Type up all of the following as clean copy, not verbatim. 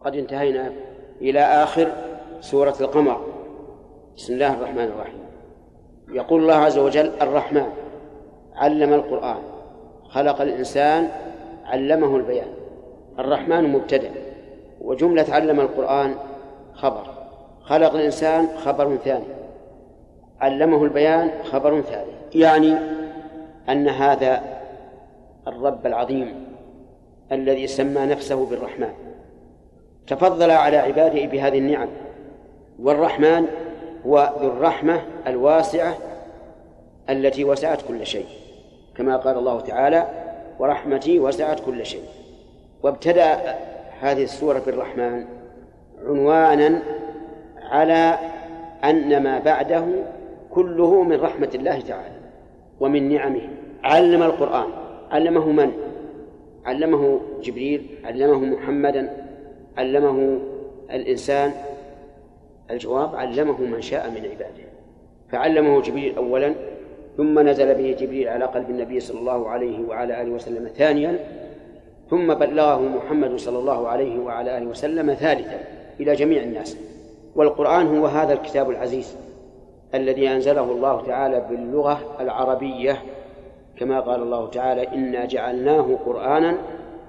وقد انتهينا إلى آخر سورة القمر. بسم الله الرحمن الرحيم. يقول الله عز وجل: الرحمن علم القرآن خلق الإنسان علمه البيان. الرحمن مبتدأ، وجملة علم القرآن خبر، خلق الإنسان خبر ثاني، علمه البيان خبر ثالث، يعني أن هذا الرب العظيم الذي سمى نفسه بالرحمن تفضل على عباده بهذه النعم. والرحمن هو ذو الرحمة الواسعة التي وسعت كل شيء، كما قال الله تعالى: ورحمتي وسعت كل شيء. وابتدأ هذه السورة بالرحمن عنوانا على أن ما بعده كله من رحمة الله تعالى ومن نعمه. علم القرآن، علمه من؟ علمه جبريل، علمه محمدا، علمه الإنسان؟ الجواب: علمه من شاء من عباده. فعلمه جبريل أولا، ثم نزل به جبريل على قلب النبي صلى الله عليه وعلى آله وسلم ثانيا، ثم بلغه محمد صلى الله عليه وعلى آله وسلم ثالثا إلى جميع الناس. والقرآن هو هذا الكتاب العزيز الذي أنزله الله تعالى باللغة العربية، كما قال الله تعالى: إنا جعلناه قرآنا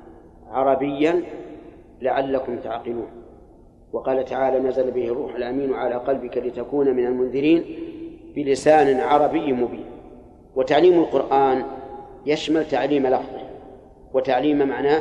عربيا لعلكم تعقلون. وقال تعالى: نزل به الروح الأمين على قلبك لتكون من المنذرين بلسان عربي مبين. وتعليم القرآن يشمل تعليم لفظه وتعليم معناه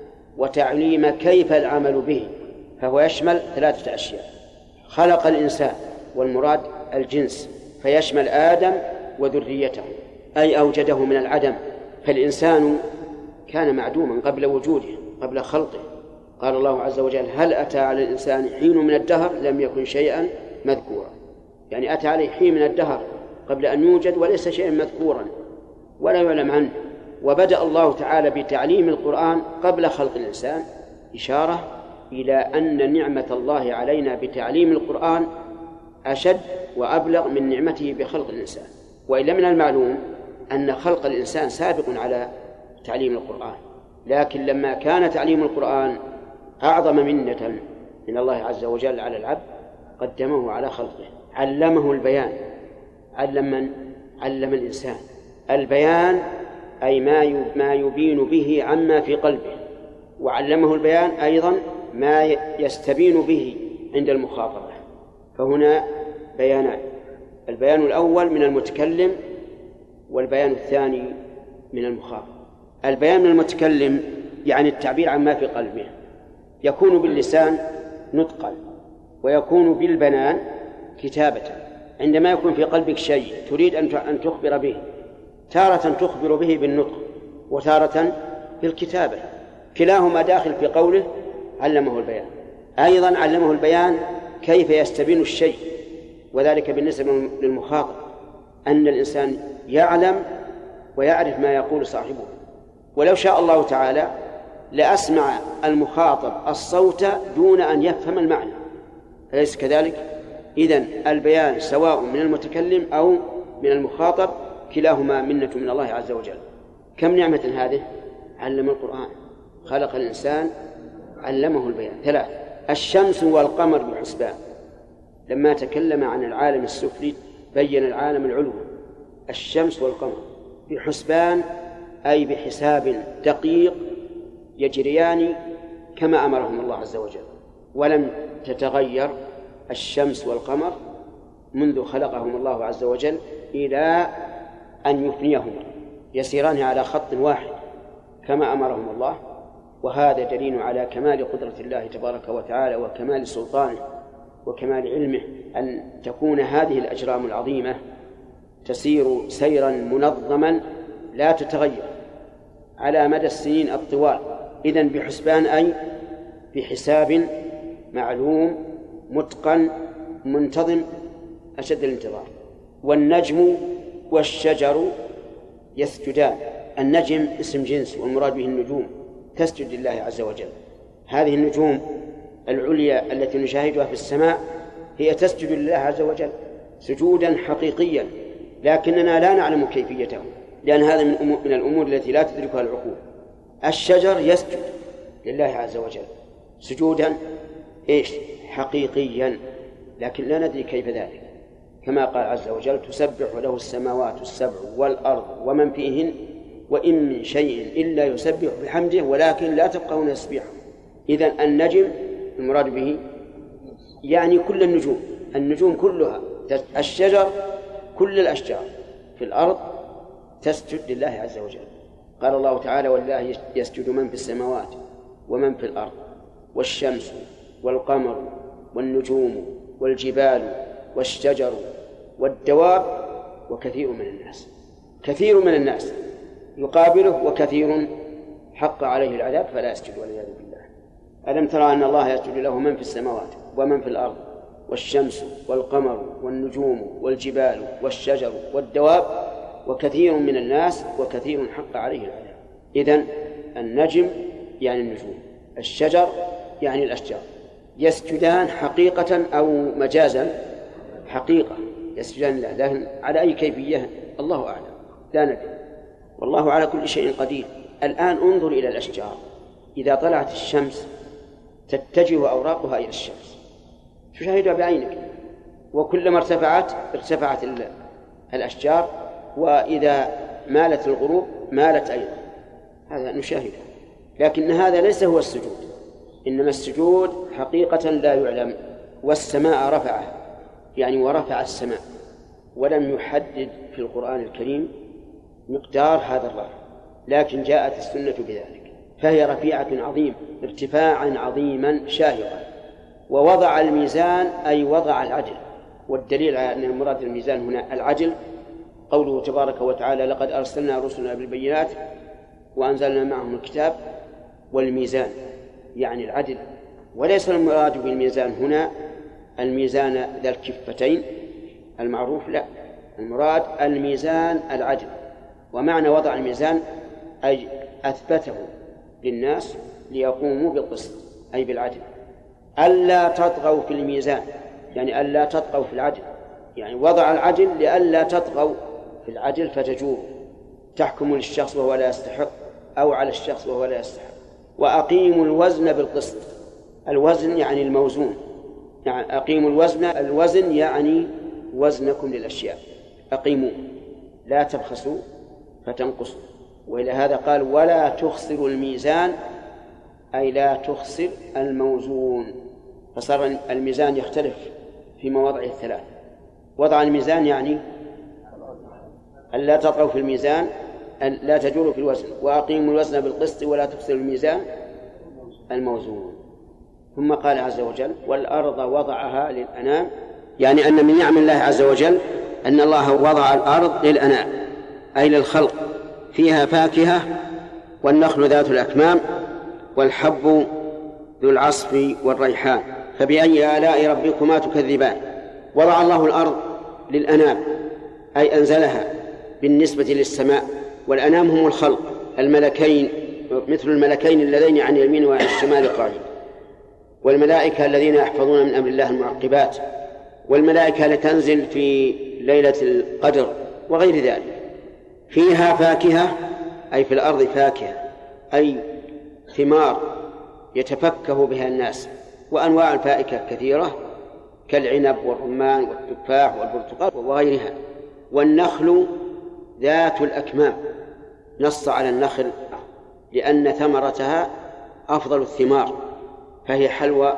وتعليم كيف العمل به، فهو يشمل 3 أشياء: خلق الإنسان، والمراد الجنس، فيشمل آدم وذريته، أي أوجده من العدم، فالإنسان كان معدوما قبل وجوده، قبل خلقه. قال الله عز وجل: هل أتى على الإنسان حين من الدهر لم يكن شيئا مذكورا، يعني أتى عليه حين من الدهر قبل أن يوجد وليس شيئا مذكورا ولا يعلم عنه. وبدأ الله تعالى بتعليم القرآن قبل خلق الإنسان، إشارة إلى أن نعمة الله علينا بتعليم القرآن أشد وأبلغ من نعمته بخلق الإنسان. وإلا من المعلوم أن خلق الإنسان سابق على تعليم القرآن، لكن لما كان تعليم القرآن أعظم منة من الله عز وجل على العبد قدمه على خلقه. علمه البيان. علم من؟ علم الإنسان. البيان أي ما يبين به عما في قلبه، وعلمه البيان أيضا ما يستبين به عند المخاطبة. فهنا بيانان: البيان الأول من المتكلم، والبيان الثاني من المخاطب. البيان من المتكلم يعني التعبير عن ما في قلبه، يكون باللسان نطقا، ويكون بالبنان كتابة. عندما يكون في قلبك شيء تريد أن تخبر به، تارة تخبر به بالنطق وتارة بالكتابة، كلاهما داخل في قوله علمه البيان. أيضا علمه البيان كيف يستبين الشيء، وذلك بالنسبة للمخاطب، أن الإنسان يعلم ويعرف ما يقول صاحبه. ولو شاء الله تعالى لأسمع المخاطب الصوت دون أن يفهم المعنى، أليس كذلك؟ إذن البيان سواء من المتكلم أو من المخاطب كلاهما منة من الله عز وجل. كم نعمة هذه! علم القرآن، خلق الإنسان، علمه البيان. 3: الشمس والقمر بحسبان. لما تكلم عن العالم السفلي بين العالم العلوي. الشمس والقمر بحسبان أي بحساب دقيق يجريان كما أمرهم الله عز وجل، ولم تتغير الشمس والقمر منذ خلقهم الله عز وجل إلى أن يفنيهما، يسيران على خط واحد كما أمرهم الله. وهذا دليل على كمال قدرة الله تبارك وتعالى وكمال سلطانه وكمال علمه، أن تكون هذه الأجرام العظيمة تسير سيرا منظما لا تتغير على مدى السنين الطوال. إذن بحسبان أي بحساب معلوم متقن منتظم أشد الانتظار. والنجم والشجر يسجدان. النجم اسم جنس، والمراد به النجوم تسجد لله عز وجل. هذه النجوم العليا التي نشاهدها في السماء هي تسجد لله عز وجل سجودا حقيقيا، لكننا لا نعلم كيفيته، لأن هذا من الأمور التي لا تدركها العقول. الشجر يسجد لله عز وجل سجودا إيش؟ حقيقيا، لكن لا ندري كيف ذلك، كما قال عز وجل: تسبح له السماوات السبع والأرض ومن فيهن وإن من شيء إلا يسبح بحمده ولكن لا تفقهون تسبيحه. إذن النجم المراد به يعني كل النجوم كلها، الشجر، كل الأشجار في الأرض تسجد لله عز وجل. قال الله تعالى: ولله يسجد من في السماوات ومن في الأرض والشمس والقمر والنجوم والجبال والشجر والدواب وكثير من الناس. كثير من الناس يقابله وكثير حق عليه العذاب فلا يسجد والعياذ بالله. ألم ترى أن الله يسجد له من في السماوات ومن في الأرض والشمس والقمر والنجوم والجبال والشجر والدواب وكثير من الناس وكثير حق عليه العذاب. إذن النجم يعني النجوم، الشجر يعني الأشجار، يسجدان حقيقة أو مجازا؟ حقيقة يسجدان لله، لكن على أي كيفية الله أعلم، لا ندري، والله على كل شيء قدير. الآن انظر إلى الأشجار، إذا طلعت الشمس تتجه أوراقها إلى الشمس، تشاهدها بعينك، وكلما ارتفعت الأشجار، وإذا مالت الغروب مالت أيضا، هذا نشاهده. لكن هذا ليس هو السجود، إنما السجود حقيقة لا يعلم. والسماء رفعه يعني ورفع السماء، ولم يحدد في القرآن الكريم مقدار هذا الرفع، لكن جاءت السنة بذلك، فهي رفيعة عظيم ارتفاعا عظيما شاهقا. ووضع الميزان أي وضع العدل، والدليل على أن المراد الميزان هنا العدل قوله تبارك وتعالى: لقد أرسلنا رسلنا بالبينات وأنزلنا معهم الكتاب والميزان، يعني العدل. وليس المراد بالميزان هنا الميزان ذا الكفتين المعروف، لا، المراد الميزان العدل. ومعنى وضع الميزان أي أثبته للناس ليقوموا بالقسط أي بالعدل. ألا تطغوا في الميزان يعني ألا تطغوا في العدل، يعني وضع العدل لألا تطغوا في العدل فتجور، تحكم للشخص وهو لا يستحق أو على الشخص وهو لا يستحق. وأقيموا الوزن بالقسط، الوزن يعني الموزون، يعني أقيموا الوزن يعني وزنكم للأشياء، أقيموا لا تبخسوا فتنقصوا. وإلى هذا قال: ولا تخسروا الميزان أي لا تخسر الموزون. فصار الميزان يختلف في مواضعه الثلاث. وضع الميزان يعني ألا تطغوا في الميزان، لا تجوروا في الوزن، وأقيموا الوزن بالقسط ولا تخسروا الميزان الموزون. ثم قال عز وجل: والأرض وضعها للأنام، يعني أن من نعم الله عز وجل أن الله وضع الأرض للأنام أي للخلق، فيها فاكهة والنخل ذات الأكمام والحب ذو العصف والريحان، فبأي آلاء ربكما تكذبان. وضع الله الأرض للأنام أي أنزلها بالنسبة للسماء، والأنام هم الخلق الملكين، مثل الملكين اللذين عن اليمين وعن الشمال قاعدين، والملائكة الذين يحفظون من أمر الله المعقبات، والملائكة لتنزل في ليلة القدر وغير ذلك. فيها فاكهة أي في الأرض فاكهة أي ثمار يتفكه بها الناس، وأنواع الفاكهة كثيرة كالعنب والرمان والتفاح والبرتقال وغيرها. والنخل ذات الأكمام، نص على النخل لأن ثمرتها أفضل الثمار، فهي حلوى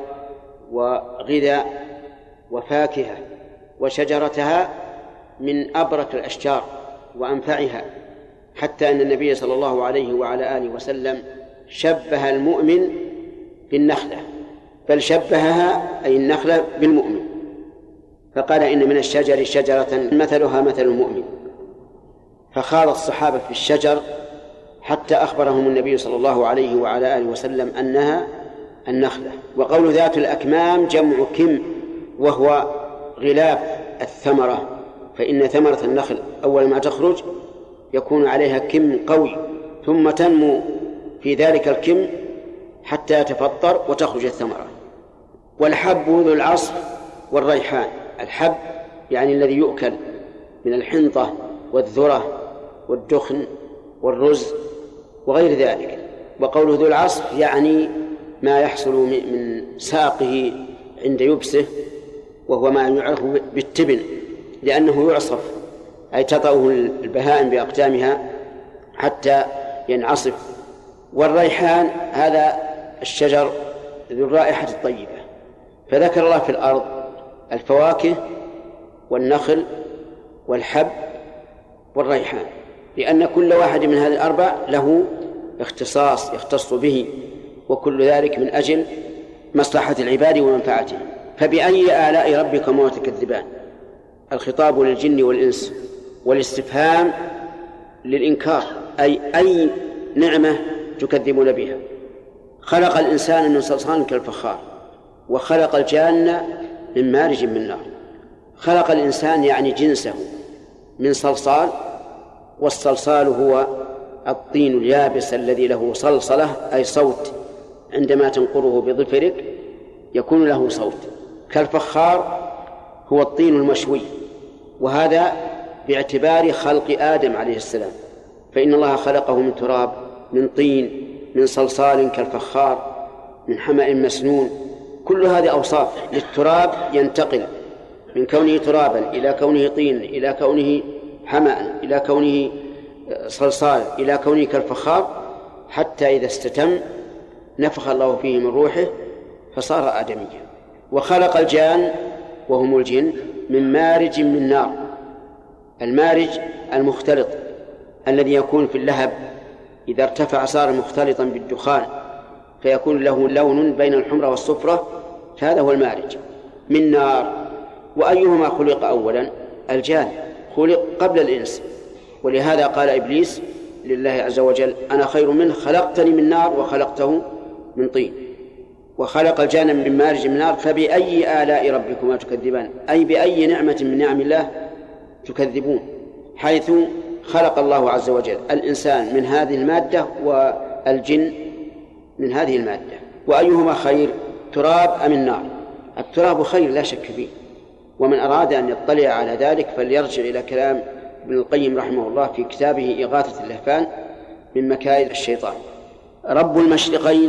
وغذاء وفاكهة، وشجرتها من أبرك الأشجار وأنفعها، حتى أن النبي صلى الله عليه وعلى آله وسلم شبه المؤمن بالنخلة، بل شبهها أي النخلة بالمؤمن، فقال: إن من الشجر شجرة مثلها مثل المؤمن. فخاض الصحابة في الشجر حتى أخبرهم النبي صلى الله عليه وعلى آله وسلم أنها النخلة. وقول ذات الأكمام جمع كم، وهو غلاف الثمرة، فإن ثمرة النخل أول ما تخرج يكون عليها كم قوي، ثم تنمو في ذلك الكم حتى يتفطر وتخرج الثمرة. والحب ذو العصف والريحان، الحب يعني الذي يؤكل من الحنطة والذرة والدخن والرز وغير ذلك. وقوله ذو العصف يعني ما يحصل من ساقه عند يبسه، وهو ما يعرف بالتبن، لأنه يعصف، أي تطأه البهائم بأقدامها حتى ينعصف. والريحان هذا الشجر ذو الرائحة الطيبة. فذكر الله في الأرض الفواكه والنخل والحب والريحان، لأن كل واحد من هذه الأربع له اختصاص يختص به، وكل ذلك من أجل مصلحة العباد ومنفعتهم. فبأي آلاء ربكما تكذبان؟ الخطاب للجن والإنس، والاستفهام للإنكار، أي نعمة تكذبون بها؟ خلق الإنسان من صلصال كالفخار، وخلق الجان من مارج من نار. خلق الإنسان يعني جنسه من صلصال، والصلصال هو الطين اليابس الذي له صلصلة أي صوت، عندما تنقره بظفرك يكون له صوت. كالفخار هو الطين المشوي، وهذا باعتبار خلق آدم عليه السلام، فإن الله خلقه من تراب، من طين، من صلصال كالفخار، من حمأ مسنون. كل هذه أوصاف للتراب، ينتقل من كونه ترابا إلى كونه طين، إلى كونه حمأ، إلى كونه صلصال، إلى كونه كالفخار، حتى إذا استتم نفخ الله فيه من روحه فصار آدميا. وخلق الجان وهم الجن من مارج من نار. المارج المختلط الذي يكون في اللهب، إذا ارتفع صار مختلطا بالدخان فيكون له لون بين الحمرة والصفرة، فهذا هو المارج من نار. وأيهما خلق أولا؟ الجان خلق قبل الإنس، ولهذا قال إبليس لله عز وجل: أنا خير منه، خلقتني من نار وخلقته من طين. وخلق الجان من مارج من نار. فبأي آلاء ربكما تكذبان؟ أي بأي نعمة من نعم الله تكذبون، حيث خلق الله عز وجل الإنسان من هذه المادة والجن من هذه المادة. وأيهما خير، تراب أم النار؟ التراب خير لا شك فيه، ومن أراد أن يطلع على ذلك فليرجع إلى كلام ابن القيم رحمه الله في كتابه إغاثة اللهفان من مكائد الشيطان. رب المشرقين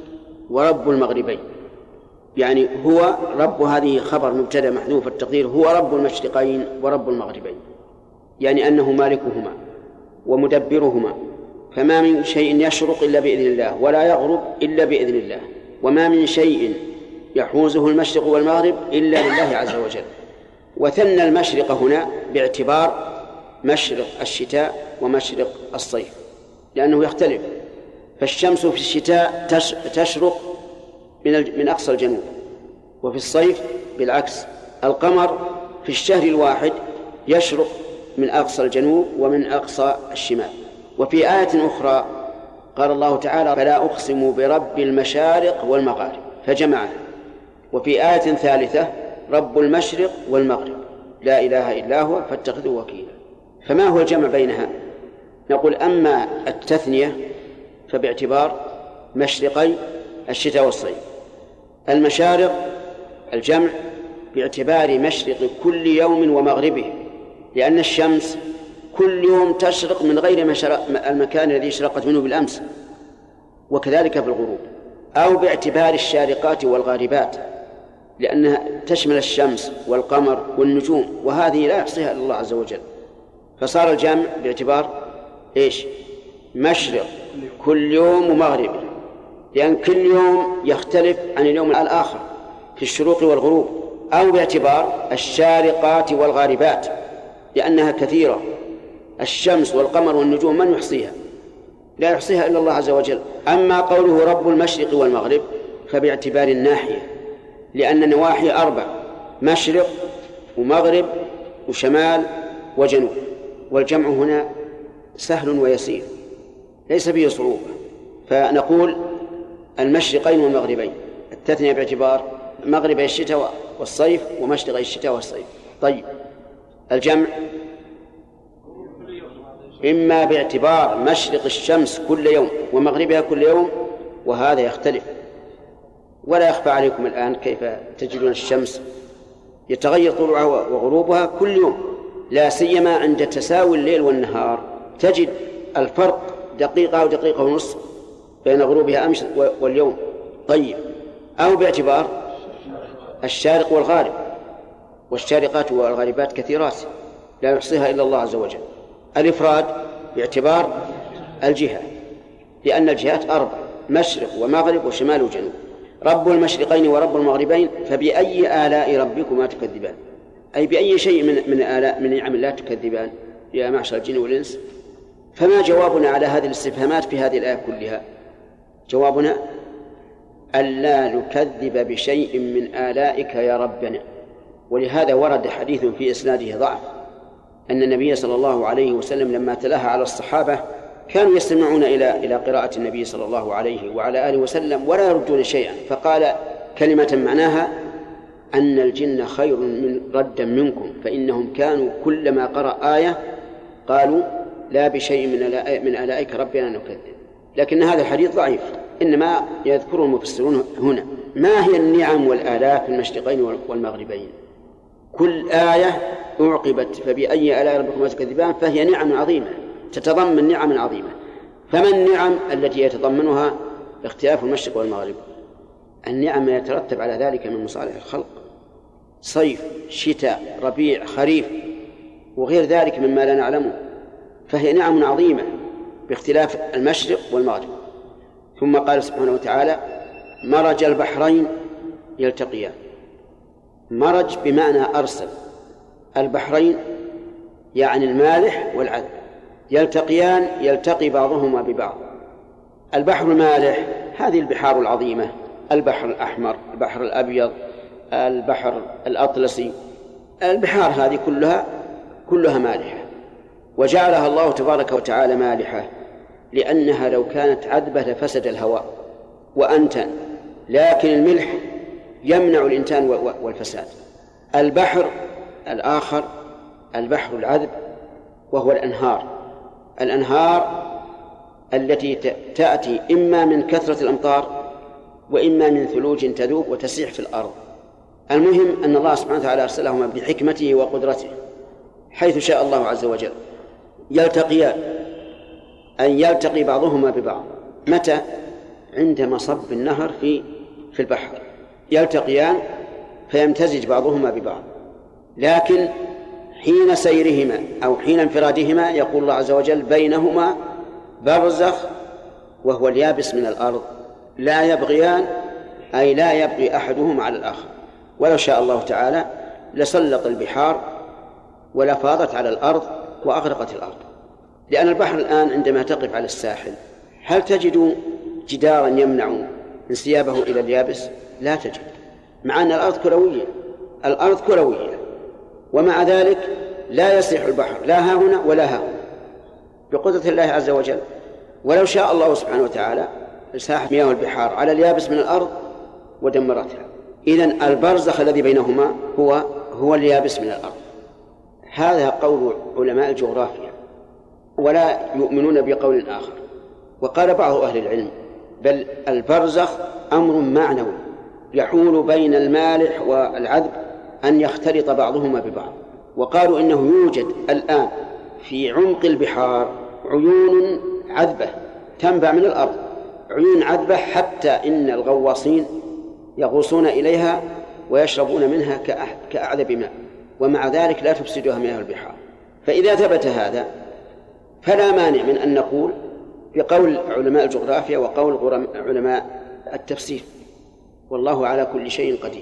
ورب المغربين، يعني هو رب، هذه خبر مبتدأ محذوف التقدير، هو رب المشرقين ورب المغربين، يعني أنه مالكهما ومدبرهما، فما من شيء يشرق إلا بإذن الله ولا يغرب إلا بإذن الله، وما من شيء يحوزه المشرق والمغرب إلا لله عز وجل. وثنى المشرق هنا باعتبار مشرق الشتاء ومشرق الصيف، لأنه يختلف. فالشمس في الشتاء تشرق من أقصى الجنوب، وفي الصيف بالعكس. القمر في الشهر الواحد يشرق من أقصى الجنوب ومن أقصى الشمال. وفي آية أخرى قال الله تعالى: فلا أقسم برب المشارق والمغارب، فجمعها. وفي آية ثالثة: رب المشرق والمغرب لا إله إلا هو فاتخذه وكيلا. فما هو الجمع بينها؟ نقول: أما التثنية فباعتبار مشرقي الشتاء والصيف، المشارق الجمع باعتبار مشرق كل يوم ومغربه، لأن الشمس كل يوم تشرق من غير المكان الذي اشرقت منه بالأمس، وكذلك في الغروب. أو باعتبار الشارقات والغاربات، لأنها تشمل الشمس والقمر والنجوم، وهذه لا يحصيها إلا الله عز وجل. فصار الجمع باعتبار إيش؟ مشرق كل يوم ومغرب، لأن كل يوم يختلف عن اليوم الآخر في الشروق والغروب. أو باعتبار الشارقات والغاربات، لأنها كثيرة. الشمس والقمر والنجوم من يحصيها؟ لا يحصيها إلا الله عز وجل. أما قوله رب المشرق والمغرب فباعتبار الناحية، لأن نواحي 4: مشرق ومغرب وشمال وجنوب، والجمع هنا سهل ويسير ليس فيه صعوبة. فنقول المشرقين والمغربين، التثنية باعتبار مغرب الشتاء والصيف ومشرق الشتاء والصيف. طيب، الجمع إما باعتبار مشرق الشمس كل يوم ومغربها كل يوم، وهذا يختلف، ولا يخفى عليكم الآن كيف تجدون الشمس يتغير طلوعها وغروبها كل يوم، لا سيما عند تساوي الليل والنهار تجد الفرق دقيقة أو دقيقة ونصف بين غروبها أمس واليوم. طيب، أو باعتبار الشارق والغارب، والشارقات والغاربات كثيرات لا يحصيها إلا الله عز وجل. الإفراد باعتبار الجهة، لأن الجهات 4: مشرق ومغرب وشمال وجنوب. رب المشرقين ورب المغربين فبأي آلاء ربكما تكذبان، أي بأي شيء من نعم الله تكذبان يا معشر الجن والإنس. فما جوابنا على هذه الاستفهامات في هذه الآية كلها؟ جوابنا ألا نكذب بشيء من آلائك يا ربنا. ولهذا ورد حديث في إسناده ضعف أن النبي صلى الله عليه وسلم لما تلاها على الصحابة كانوا يستمعون إلى قراءة النبي صلى الله عليه وعلى آله وسلم ولا يردون شيئا، فقال كلمة معناها أن الجن خير من ردا منكم، فإنهم كانوا كلما قرأ آية قالوا لا بشيء من آلائك ربنا نكذب. لكن هذا الحديث ضعيف، إنما يذكر المفسرون هنا ما هي النعم والآلاء في المشرقين والمغربين. كل آية أعقبت فبأي آلاء ربكما تكذبان فهي نعم عظيمة تتضمن نعم عظيمة. فما النعم التي يتضمنها اختلاف المشرق والمغرب؟ النعم ما يترتب على ذلك من مصالح الخلق: صيف، شتاء، ربيع، خريف، وغير ذلك مما لا نعلمه، فهي نعم عظيمة باختلاف المشرق والمغرب. ثم قال سبحانه وتعالى: مرج البحرين يلتقيان. مرج بمعنى أرسل، البحرين يعني المالح والعذب، يلتقيان يلتقي بعضهما ببعض. البحر المالح هذه البحار العظيمة: البحر الأحمر، البحر الأبيض، البحر الأطلسي، البحار هذه كلها مالحة، وجعلها الله تبارك وتعالى مالحة لأنها لو كانت عذبة لفسد الهواء وأنتن، لكن الملح يمنع الإنتان والفساد. البحر الآخر البحر العذب، وهو الأنهار التي تأتي إما من كثرة الأمطار وإما من ثلوج تذوب وتسيح في الأرض. المهم أن الله سبحانه وتعالى أرسلهما بحكمته وقدرته حيث شاء الله عز وجل. يلتقيان أن يلتقي بعضهما ببعض. متى؟ عند مصب النهر في البحر يلتقيان فيمتزج بعضهما ببعض. لكن حين سيرهما أو حين انفرادهما يقول الله عز وجل: بينهما برزخ، وهو اليابس من الأرض، لا يبغيان، أي لا يبغي أحدهما على الآخر. ولو شاء الله تعالى لسلط البحار ولفاضت على الأرض وأغرقت الأرض. لأن البحر الآن عندما تقف على الساحل هل تجد جدارا يمنع انسيابه إلى اليابس؟ لا تجد، مع أن الأرض كروية، ومع ذلك لا يصيح البحر لا ها هنا ولا ها هنا بقدرة الله عز وجل. ولو شاء الله سبحانه وتعالى ساحت مياه البحار على اليابس من الأرض ودمرتها. إذن البرزخ الذي بينهما هو اليابس من الأرض. هذا قول علماء الجغرافيا، ولا يؤمنون بقول آخر. وقال بعض أهل العلم: بل البرزخ أمر معنوي يحول بين المالح والعذب أن يختلط بعضهما ببعض. وقالوا إنه يوجد الآن في عمق البحار عيون عذبة تنبع من الأرض، عيون عذبة حتى إن الغواصين يغوصون إليها ويشربون منها كأعذب ماء، ومع ذلك لا تفسدها مياه البحار. فإذا ثبت هذا فلا مانع من أن نقول بقول علماء الجغرافيا وقول علماء التفسير: والله على كل شيء قدير.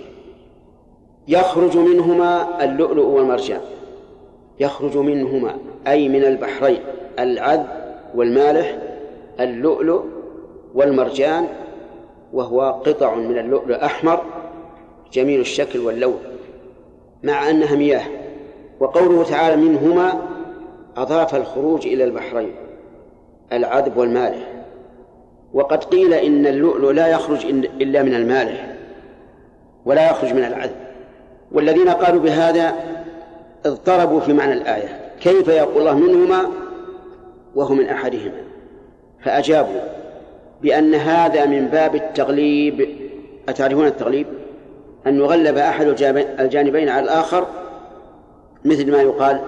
يخرج منهما اللؤلؤ والمرجان. يخرج منهما أي من البحرين العذب والمالح اللؤلؤ والمرجان، وهو قطع من اللؤلؤ أحمر جميل الشكل واللون مع أنها مياه. وقوله تعالى منهما أضاف الخروج إلى البحرين العذب والمالح. وقد قيل إن اللؤلؤ لا يخرج إلا من المالح ولا يخرج من العذب، والذين قالوا بهذا اضطربوا في معنى الآية: كيف يقول الله منهما وهو من أحدهما؟ فأجابوا بأن هذا من باب التغليب. أتعرفون التغليب؟ أن يغلب أحد الجانبين على الآخر، مثل ما يقال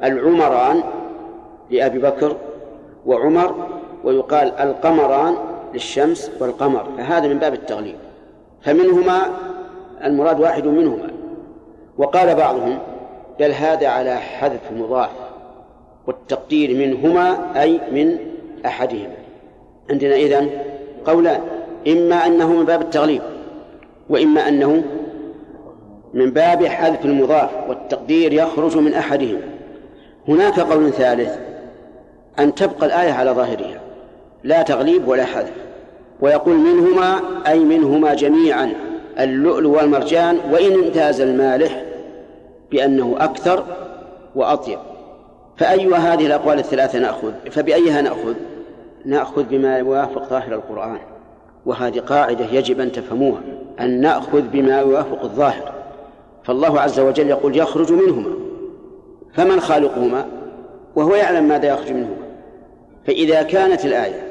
العمران لأبي بكر وعمر، ويقال القمران للشمس والقمر، فهذا من باب التغليب، فمنهما المراد واحد منهما. وقال بعضهم بل هذا على حذف مضاف والتقدير منهما أي من أحدهما. عندنا إذن قولان، إما أنه من باب التغليب وإما أنه من باب حذف المضاف والتقدير يخرج من أحدهما. هناك قول ثالث أن تبقى الآية على ظاهرها لا تغليب ولا حذف، ويقول منهما أي منهما جميعا اللؤلؤ والمرجان، وإن امتاز المالح بأنه أكثر وأطيب. فأي هذه الأقوال الثلاثة نأخذ؟ فبأيها نأخذ؟ نأخذ بما يوافق ظاهر القرآن، وهذه قاعدة يجب أن تفهموها، أن نأخذ بما يوافق الظاهر. فالله عز وجل يقول يخرج منهما، فمن خالقهما؟ وهو يعلم ماذا يخرج منهما. فإذا كانت الآية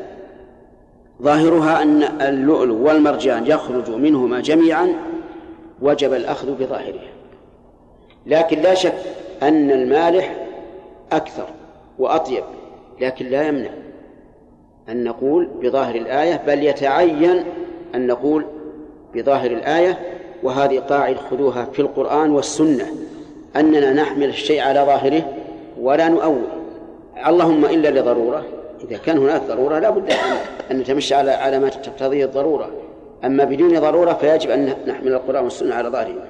ظاهرها أن اللؤلؤ والمرجان يخرج منهما جميعا وجب الأخذ بظاهرها. لكن لا شك أن المالح أكثر وأطيب، لكن لا يمنع أن نقول بظاهر الآية، بل يتعين أن نقول بظاهر الآية. وهذه قاعدة خذوها في القرآن والسنة، أننا نحمل الشيء على ظاهره ولا نؤول، اللهم إلا لضرورة. إذا كان هناك ضرورة لا بد أن نتمشى على ما تقتضيه الضرورة، أما بدون ضرورة فيجب أن نحمل القرآن والسنة على ظاهره.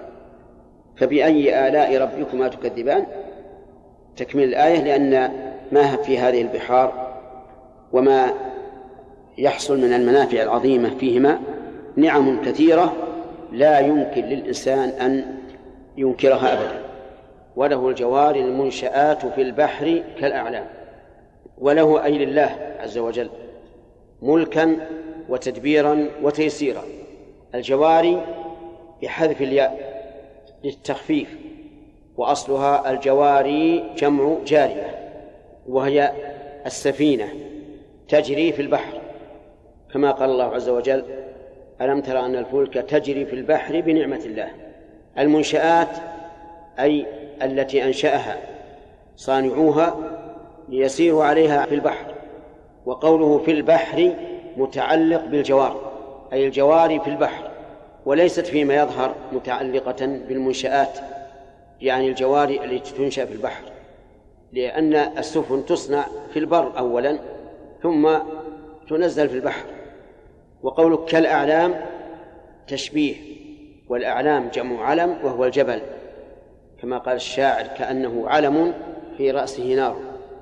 فبأي آلاء ربكما تكذبان تكمل الآية، لأن ما في هذه البحار وما يحصل من المنافع العظيمة فيهما نعم كثيرة لا يمكن للإنسان أن ينكرها أبدا. وله الجوار المنشآت في البحر كالأعلام، وله أي لله عز وجل ملكا وتدبيرا وتيسيرا. الجواري بحذف الياء للتخفيف، وأصلها الجواري جمع جارية، وهي السفينة تجري في البحر، كما قال الله عز وجل ألم ترى أن الفلك تجري في البحر بنعمة الله. المنشآت أي التي أنشأها صانعوها ليسيروا عليها في البحر. وقوله في البحر متعلق بالجوار، أي الجواري في البحر، وليست فيما يظهر متعلقة بالمنشآت، يعني الجواري التي تنشأ في البحر، لأن السفن تصنع في البر أولا ثم تنزل في البحر. وقولك كالأعلام تشبيه، والأعلام جمع علم وهو الجبل، كما قال الشاعر كأنه علم في رأسه نار.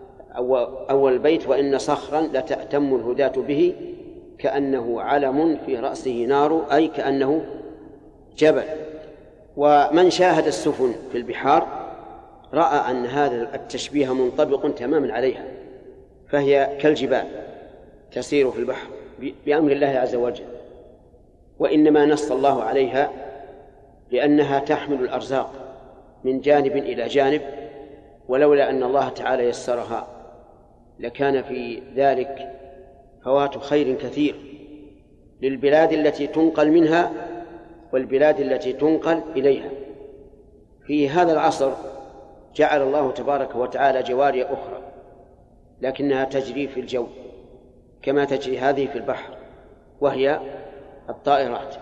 أول البيت وإن صخرا لتأتم الهداة به كأنه علم في رأسه نار، أي كأنه جبل. ومن شاهد السفن في البحار رأى أن هذا التشبيه منطبق تماما عليها، فهي كالجبال تسير في البحر بأمر الله عز وجل. وإنما نص الله عليها لأنها تحمل الأرزاق من جانب إلى جانب، ولولا أن الله تعالى يسرها لكان في ذلك فوات خير كثير للبلاد التي تنقل منها والبلاد التي تنقل إليها. في هذا العصر جعل الله تبارك وتعالى جواري أخرى لكنها تجري في الجو كما تجري هذه في البحر، وهي الطائرات.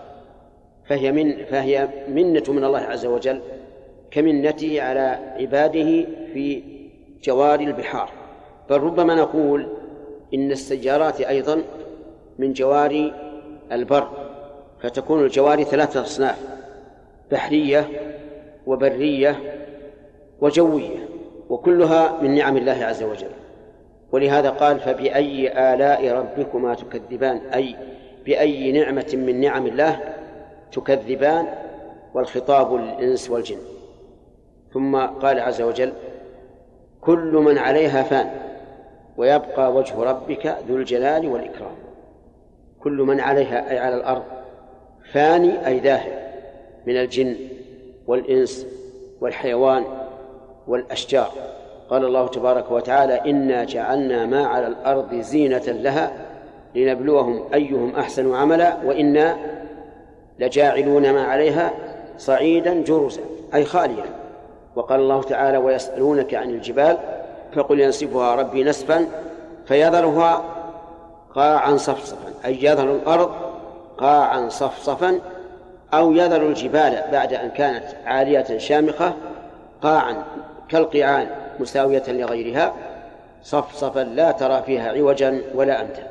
فهي منة من الله عز وجل كمنته على عباده في جواري البحار. بل ربما نقول إن السيارات أيضا من جواري البر، فتكون الجواري ثلاثة أصناف: بحرية وبرية وجوية، وكلها من نعم الله عز وجل. ولهذا قال فبأي آلاء ربكما تكذبان، أي بأي نعمة من نعم الله تكذبان، والخطاب للإنس والجن. ثم قال عز وجل كل من عليها فان ويبقى وجه ربك ذو الجلال والإكرام. كل من عليها أي على الأرض، فاني أي ذاهب من الجن والإنس والحيوان والأشجار. قال الله تبارك وتعالى إنا جعلنا ما على الأرض زينة لها لنبلوهم أيهم أحسن عملا وإنا لجاعلون ما عليها صعيدا جرزا أي خاليا. وقال الله تعالى ويسألونك عن الجبال فقل ينسفها ربي نسفا فيذرها قاعا صفصفا، أي يذر الأرض قاعا صفصفا، أو يذر الجبال بعد أن كانت عالية شامخة قاعا كالقيعان مساوية لغيرها صفصفا لا ترى فيها عوجا ولا أمتا.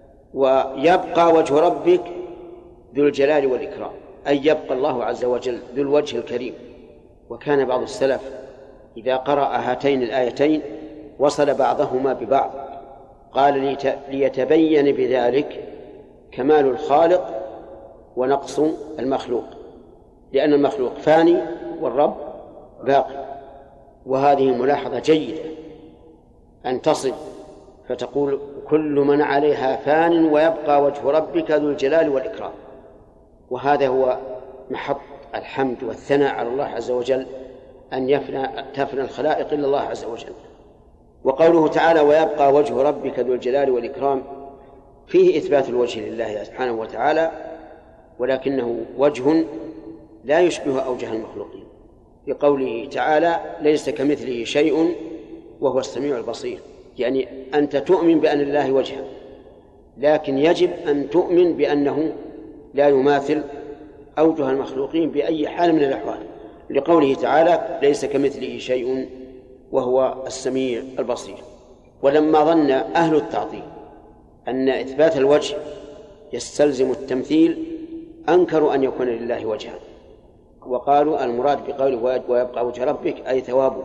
ويبقى وجه ربك ذو الجلال والإكرام، أي يبقى الله عز وجل ذو الوجه الكريم. وكان بعض السلف إذا قرأ هاتين الآيتين وصل بعضهما ببعض، قال ليتبين بذلك كمال الخالق ونقص المخلوق، لأن المخلوق فاني والرب باقي. وهذه ملاحظة جيدة أن تصل فتقول كل من عليها فان ويبقى وجه ربك ذو الجلال والإكرام. وهذا هو محط الحمد والثناء على الله عز وجل، أن تفنى الخلائق إلا الله عز وجل. وقوله تعالى ويبقى وجه ربك ذو الجلال والإكرام فيه إثبات الوجه لله سبحانه وتعالى، ولكنه وجه لا يشبه أوجه المخلوقين، بقوله تعالى ليس كمثله شيء وهو السميع البصير. يعني أنت تؤمن بأن الله وجها، لكن يجب أن تؤمن بأنه لا يماثل أوجه المخلوقين بأي حال من الأحوال، لقوله تعالى ليس كمثله شيء وهو السميع البصير. ولما ظن أهل التعطيل أن إثبات الوجه يستلزم التمثيل أنكروا أن يكون لله وجها، وقالوا المراد بقوله ويبقى وجه ربك أي ثوابه،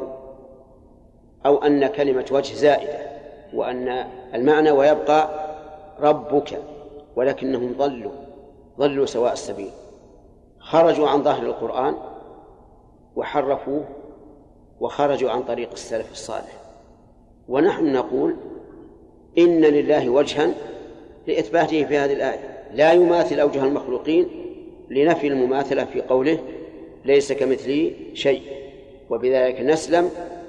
أو أن كلمة وجه زائدة، وأن المعنى ويبقى ربك، ولكنهم ضلوا سواء السبيل، خرجوا عن ظاهر القرآن وحرفوه وخرجوا عن طريق السلف الصالح. ونحن نقول إن لله وجها لإثباته في هذه الآية لا يماثل أوجه المخلوقين، لنفي المماثلة في قوله ليس كمثله شيء، وبذلك نسلم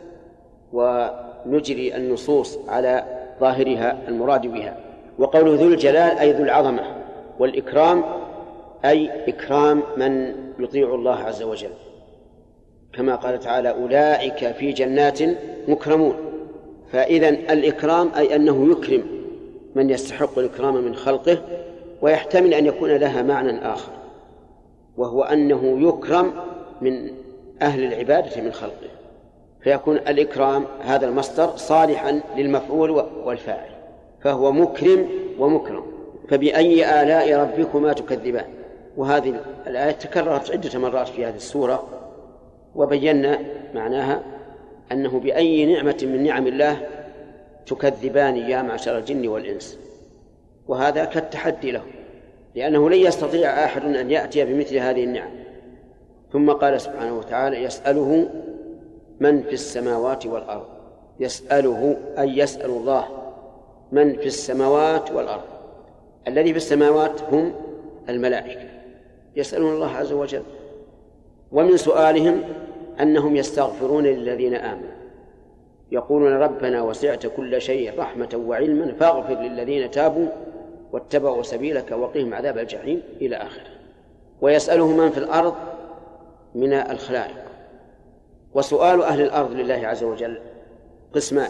ونجري النصوص على ظاهرها المراد بها. وقوله ذو الجلال أي ذو العظمة، والإكرام أي إكرام من يطيع الله عز وجل، كما قال تعالى أولئك في جنات مكرمون. فإذن الإكرام أي أنه يكرم من يستحق الإكرام من خلقه، ويحتمل أن يكون لها معنى آخر، وهو أنه يكرم من أهل العبادة من خلقه، فيكون الإكرام هذا المصدر صالحا للمفعول والفاعل، فهو مكرم ومكرم. فبأي آلاء ربكما تكذبان. وهذه الآية تكررت عدة مرات في هذه السورة، وبينا معناها أنه بأي نعمة من نعم الله تكذبان يا معشر الجن والإنس. وهذا كالتحدي له، لأنه لن يستطيع أحد أن يأتي بمثل هذه النعم. ثم قال سبحانه وتعالى يسأله من في السماوات والأرض. يسأله أي يسأل الله من في السماوات والأرض. الذي في السماوات هم الملائكة يسألون الله عز وجل، ومن سؤالهم أنهم يستغفرون للذين آمنوا، يقولون ربنا وسعت كل شيء رحمة وعلما فاغفر للذين تابوا واتبعوا سبيلك وقهم عذاب الجحيم إلى آخره. ويسأله من في الأرض من الخلائق. وسؤال أهل الأرض لله عز وجل قسمان: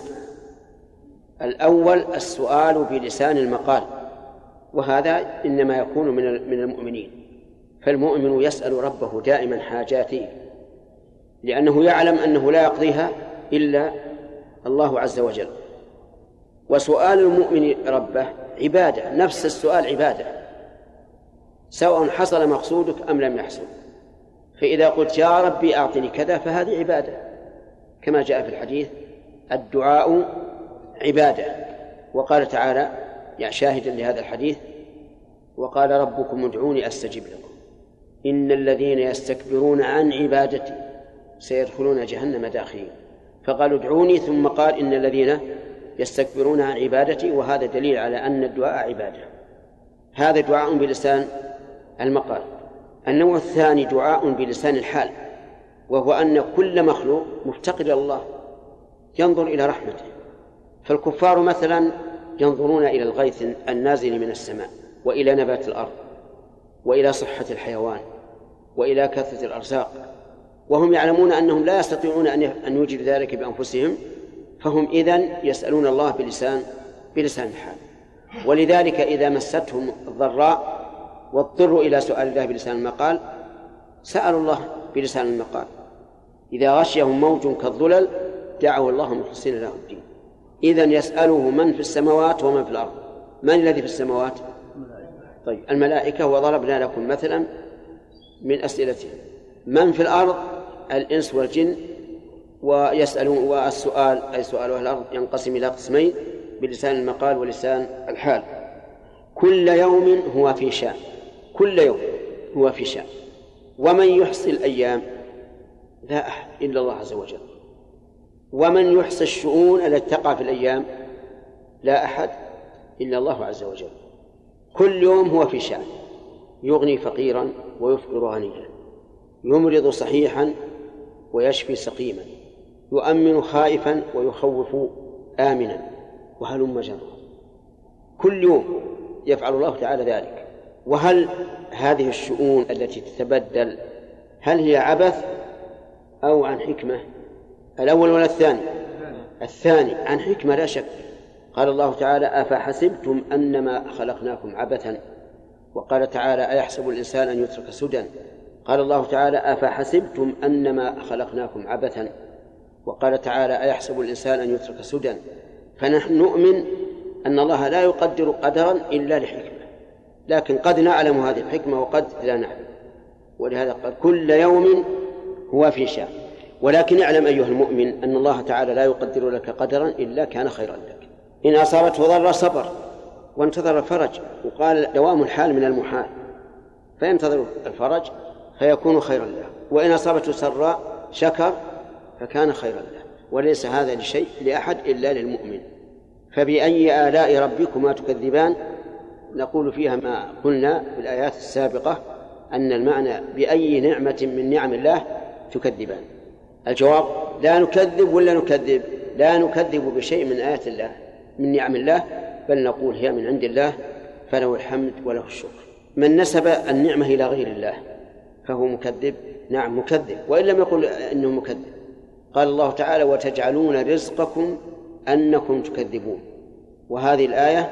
الأول السؤال بلسان المقال، وهذا إنما يكون من المؤمنين، فالمؤمن يسأل ربه دائما حاجاته، لأنه يعلم أنه لا يقضيها إلا الله عز وجل. وسؤال المؤمن ربه عبادة، نفس السؤال عبادة، سواء حصل مقصودك أم لم يحصل. فإذا قلت يا ربي أعطني كذا فهذه عبادة، كما جاء في الحديث الدعاء عبادة. وقال تعالى شاهدا لهذا الحديث: وقال ربكم ادعوني أستجب لكم إن الذين يستكبرون عن عبادتي سيدخلون جهنم داخلين. فقالوا ادعوني، ثم قال إن الذين يستكبرون عن عبادتي، وهذا دليل على أن الدعاء عبادة. هذا دعاء بلسان المقال. النوع الثاني دعاء بلسان الحال، وهو أن كل مخلوق مفتقر إلى الله ينظر إلى رحمته. فالكفار مثلا ينظرون إلى الغيث النازل من السماء، وإلى نبات الأرض، وإلى صحة الحيوان، وإلى كثرة الأرزاق، وهم يعلمون أنهم لا يستطيعون أن يوجدوا ذلك بأنفسهم، فهم إذن يسألون الله بلسان الحال. ولذلك إذا مستهم الضراء واضطروا إلى سؤال الله بلسان المقال سألوا الله بلسان المقال. إذا غشيهم موج كالظلل دعوا الله مخلصين له الدين. إذن يسأله من في السماوات ومن في الأرض. من الذي في السماوات؟ طيب الملائكة، وضربنا لكم مثلا من أسئلتهم. من في الأرض؟ الإنس والجن. ويسألون، والسؤال أي سؤال أهل الأرض ينقسم إلى قسمين بلسان المقال ولسان الحال. كل يوم هو في شأن، كل يوم هو في شأن. ومن يحصي الأيام؟ لا أحد إلا الله عز وجل. ومن يحصي الشؤون التي تقع في الأيام؟ لا أحد إلا الله عز وجل. كل يوم هو في شأن، يغني فقيرا ويفقر غنيا، يمرض صحيحا ويشفي سقيما، يؤمن خائفا ويخوف آمنا، وهلم جرا. كل يوم يفعل الله تعالى ذلك. وهل هذه الشؤون التي تتبدل هل هي عبث أو عن حكمة؟ الأول ولا الثاني؟ الثاني عن حكمة لا شك. قال الله تعالى أفحسبتم أنما خلقناكم عبثا، وقال تعالى أيحسب الإنسان أن يترك سدى. قال الله تعالى أفحسبتم أنما خلقناكم عبثا، وقال تعالى أيحسب الإنسان أن يترك سدى. فنحن نؤمن أن الله لا يقدر قدرا إلا لحكمة، لكن قد نعلم هذه الحكمة وقد لا نعلم. ولهذا قال كل يوم هو في شأن. ولكن اعلم أيها المؤمن أن الله تعالى لا يقدر لك قدرا إلا كان خيرا لك. إن أصابته ضر صبر وانتظر الفرج، وقال دوام الحال من المحال، فينتظر الفرج فيكون خيرا له. وإن أصابته سراء شكر فكان خيرا له. وليس هذا لشيء لأحد إلا للمؤمن. فبأي آلاء ربكما تكذبان؟ نقول فيها ما قلنا في الآيات السابقة، أن المعنى بأي نعمة من نعم الله تكذبان. الجواب لا نكذب ولا نكذب، لا نكذب بشيء من آيات الله من نعم الله، بل نقول هي من عند الله فله الحمد وله الشكر. من نسب النعمة إلى غير الله فهو مكذب، نعم مكذب، وإن لم يقل إنه مكذب. قال الله تعالى وتجعلون رزقكم أنكم تكذبون. وهذه الآية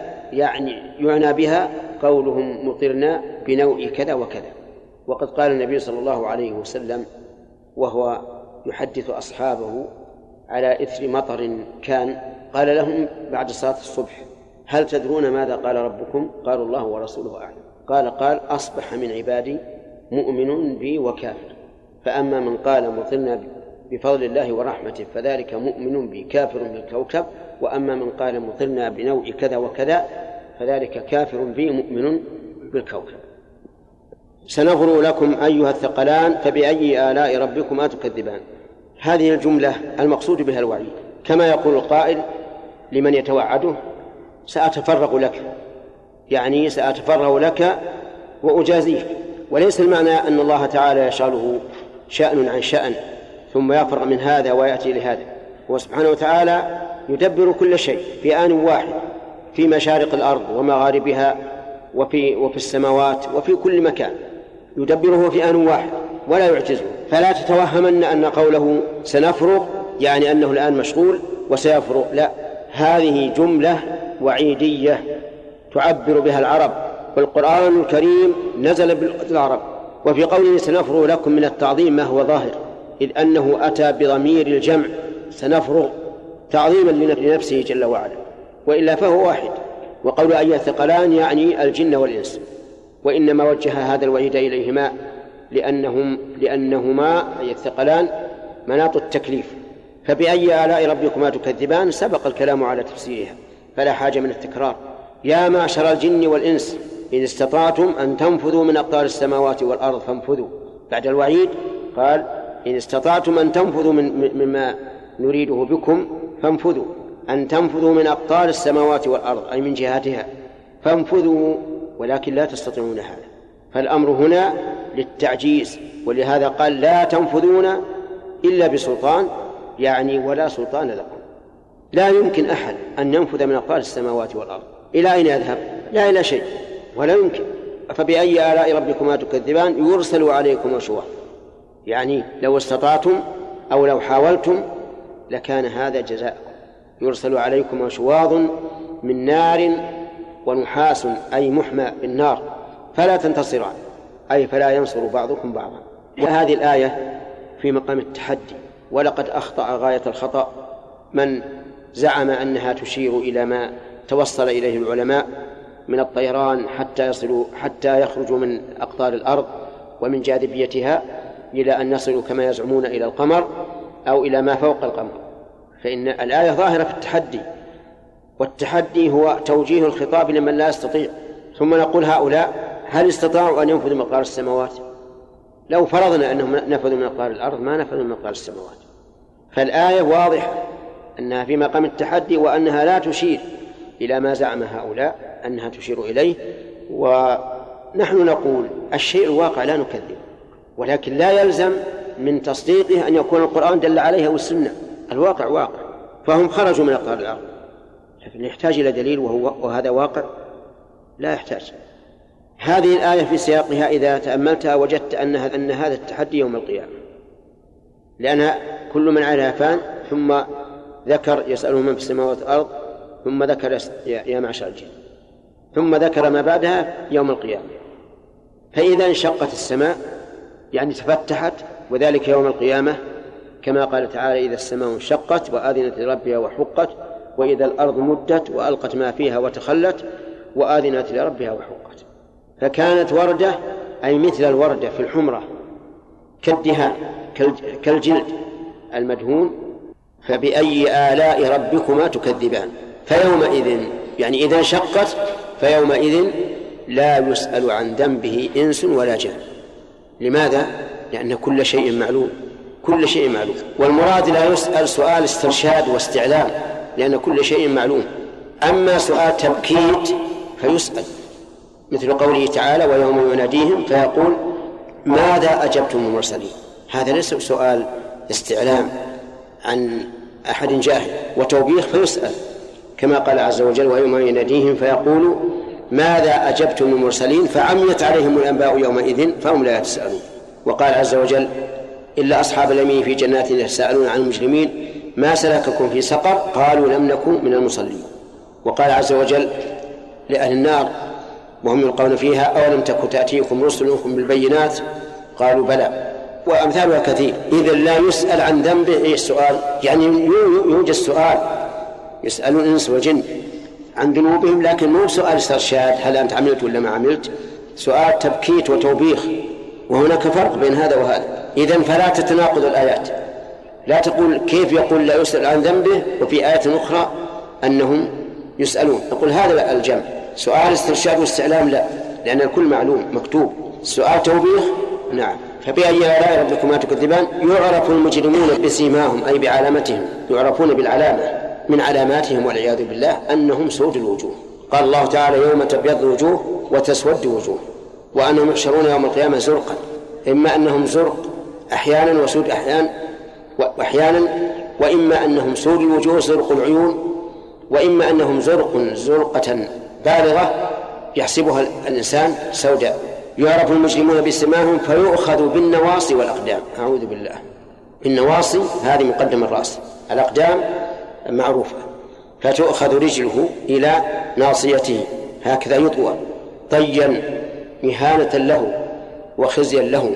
يعنى بها قولهم مطرنا بنوع كذا وكذا. وقد قال النبي صلى الله عليه وسلم وهو يحدث أصحابه على إثر مطر كان، قال لهم بعد صلاة الصبح هل تدرون ماذا قال ربكم؟ قالوا الله ورسوله أعلم. قال أصبح من عبادي مؤمن بي وكافر، فأما من قال مطرنا بفضل الله ورحمته فذلك مؤمن بي كافر بالكوكب، وأما من قال مطرنا بنوع كذا وكذا فذلك كافر بي مؤمن بالكوكب. سنفرغ لكم أيها الثقلان فبأي آلاء ربكما تكذبان. هذه الجملة المقصود بها الوعيد، كما يقول القائل لمن يتوعده سأتفرغ لك، يعني سأتفرغ لك وأجازيك. وليس المعنى أن الله تعالى يشغله شأن عن شأن ثم يفرغ من هذا ويأتي لهذا. هو سبحانه وتعالى يدبر كل شيء في آن واحد، في مشارق الأرض ومغاربها وفي السماوات وفي كل مكان، يدبره في آن واحد ولا يعجزه. فلا تتوهمن أن قوله سنفرغ يعني أنه الآن مشغول وسيفرغ، لا، هذه جملة وعيدية تعبر بها العرب، والقرآن الكريم نزل بلغة العرب. وفي قوله سنفرغ لكم من التعظيم ما هو ظاهر، إذ أنه أتى بضمير الجمع سنفرغ تعظيما لنفسه جل وعلا، وإلا فهو واحد. وقول أيها الثقلان يعني الجن والإنس، وإنما وجه هذا الوعيد إليهما لأنهما أي الثقلان مناط التكليف. فبأي آلاء ربكما تكذبان سبق الكلام على تفسيرها فلا حاجة من التكرار. يا معشر الجن والإنس إن استطعتم أن تنفذوا من أقطار السماوات والأرض فانفذوا. بعد الوعيد قال إن استطعتم أن تنفذوا مما نريده بكم فانفذوا، أن تنفذوا من أقطار السماوات والأرض أي من جهاتها فانفذوا، ولكن لا تستطيعون هذا. فالأمر هنا للتعجيز، ولهذا قال لا تنفذون إلا بسلطان، يعني ولا سلطان لكم. لا يمكن أحد أن ينفذ من أقطار السماوات والأرض. إلى أين يذهب؟ لا إلى شيء، ولا يمكن. فبأي آلاء ربكما تكذبان يرسل عليكم شواظ، يعني لو استطعتم أو لو حاولتم لكان هذا جزاءكم. يرسل عليكم شواظ من نار ونحاس أي محمى بالنار فلا تنتصران، أي فلا ينصر بعضكم بعضا. وهذه الآية في مقام التحدي، ولقد أخطأ غاية الخطأ من زعم أنها تشير إلى ما توصل إليه العلماء من الطيران حتى يخرجوا من أقطار الأرض ومن جاذبيتها إلى أن يصلوا كما يزعمون إلى القمر أو إلى ما فوق القمر. فإن الآية ظاهرة في التحدي، والتحدي هو توجيه الخطاب لمن لا يستطيع. ثم نقول هؤلاء هل استطاعوا أن ينفذوا مقدار السماوات؟ لو فرضنا أنهم نفذوا من مقدار الأرض ما نفذوا من مقدار السماوات. فالآية واضحة أنها في مقام التحدي، وأنها لا تشير إلى ما زعم هؤلاء أنها تشير إليه. ونحن نقول الشيء الواقع لا نكذب، ولكن لا يلزم من تصديقه أن يكون القرآن دل عليه أو السنة. الواقع واقع، فهم خرجوا من أقطار الأرض، لكن يحتاج إلى دليل وهذا واقع لا يحتاج. هذه الآية في سياقها إذا تأملتها وجدت أن هذا التحدي يوم القيامة، لأن كل من عليها فان، ثم ذكر يسأله من في السماوات والأرض، ثم ذكر يا معشر الجن، ثم ذكر ما بعدها يوم القيامة. فإذا انشقت السماء يعني تفتحت، وذلك يوم القيامة، كما قال تعالى إذا السماء انشقت وآذنت لربها وحقت، وإذا الأرض مدت وألقت ما فيها وتخلت وآذنت لربها وحقت. فكانت وردة أي مثل الوردة في الحمرة كالدهان كالجلد المدهون. فبأي آلاء ربكما تكذبان. فيومئذ يعني إذا انشقت فيومئذ لا يسأل عن ذنبه إنس ولا جان. لماذا؟ لأن كل شيء معلوم، كل شيء معلوم. والمراد لا يسأل سؤال استرشاد واستعلام، لأن كل شيء معلوم. أما سؤال تبكيت فيسأل، مثل قوله تعالى ويوم يناديهم فيقول ماذا أجبتم المرسلين. هذا ليس سؤال استعلام عن أحد جاهل وتوبيخ، فيسأل كما قال عز وجل ويوم يناديهم فيقول ماذا أجبتم المرسلين فعميت عليهم الأنباء يومئذ فهم لا يتساءلون. وقال عز وجل إلا أصحاب اليمين في جنات يتساءلون عن المجرمين ما سلككم في سقر قالوا لم نكن من المصلين. وقال عز وجل لأهل النار وهم يلقون فيها أولم تكن تأتيكم رسلكم بالبينات قالوا بلى، وأمثالها كثير. إذا لا يسأل عن ذنبه. إيه السؤال؟ يعني يوجد سؤال يسأل الإنس والجن عن ذنوبهم، لكن مو سؤال استرشاد هل أنت عملت ولا ما عملت، سؤال تبكيت وتوبيخ، وهناك فرق بين هذا وهذا. إذن فلا تتناقض الآيات، لا تقول كيف يقول لا يسأل عن ذنبه وفي آية أخرى أنهم يسألون. نقول هذا الجمع، سؤال استرشاد واستعلام لا، لأن الكل معلوم مكتوب. سؤال توبيخ نعم. فبأي آلاء ربكما تكذبان. يعرف المجرمون بسيماهم أي بعلامتهم، يعرفون بالعلامة من علاماتهم والعياذ بالله أنهم سود الوجوه. قال الله تعالى يوم تبيض وجوه وتسود وجوه، وأنهم يحشرون يوم القيامة زرقا، إما أنهم زرق أحيانا وسود أحيانا، وإما أنهم سود الوجوه زرق العيون، وإما أنهم زرقة بالغة يحسبها الإنسان سوداء. يعرف المجرمون بسماهم فيؤخذ بالنواصي والأقدام. أعوذ بالله. النواصي هذه مقدم الرأس، الأقدام معروفة، فتؤخذ رجله إلى ناصيته هكذا يطوى طيا مهانة له وخزيا له،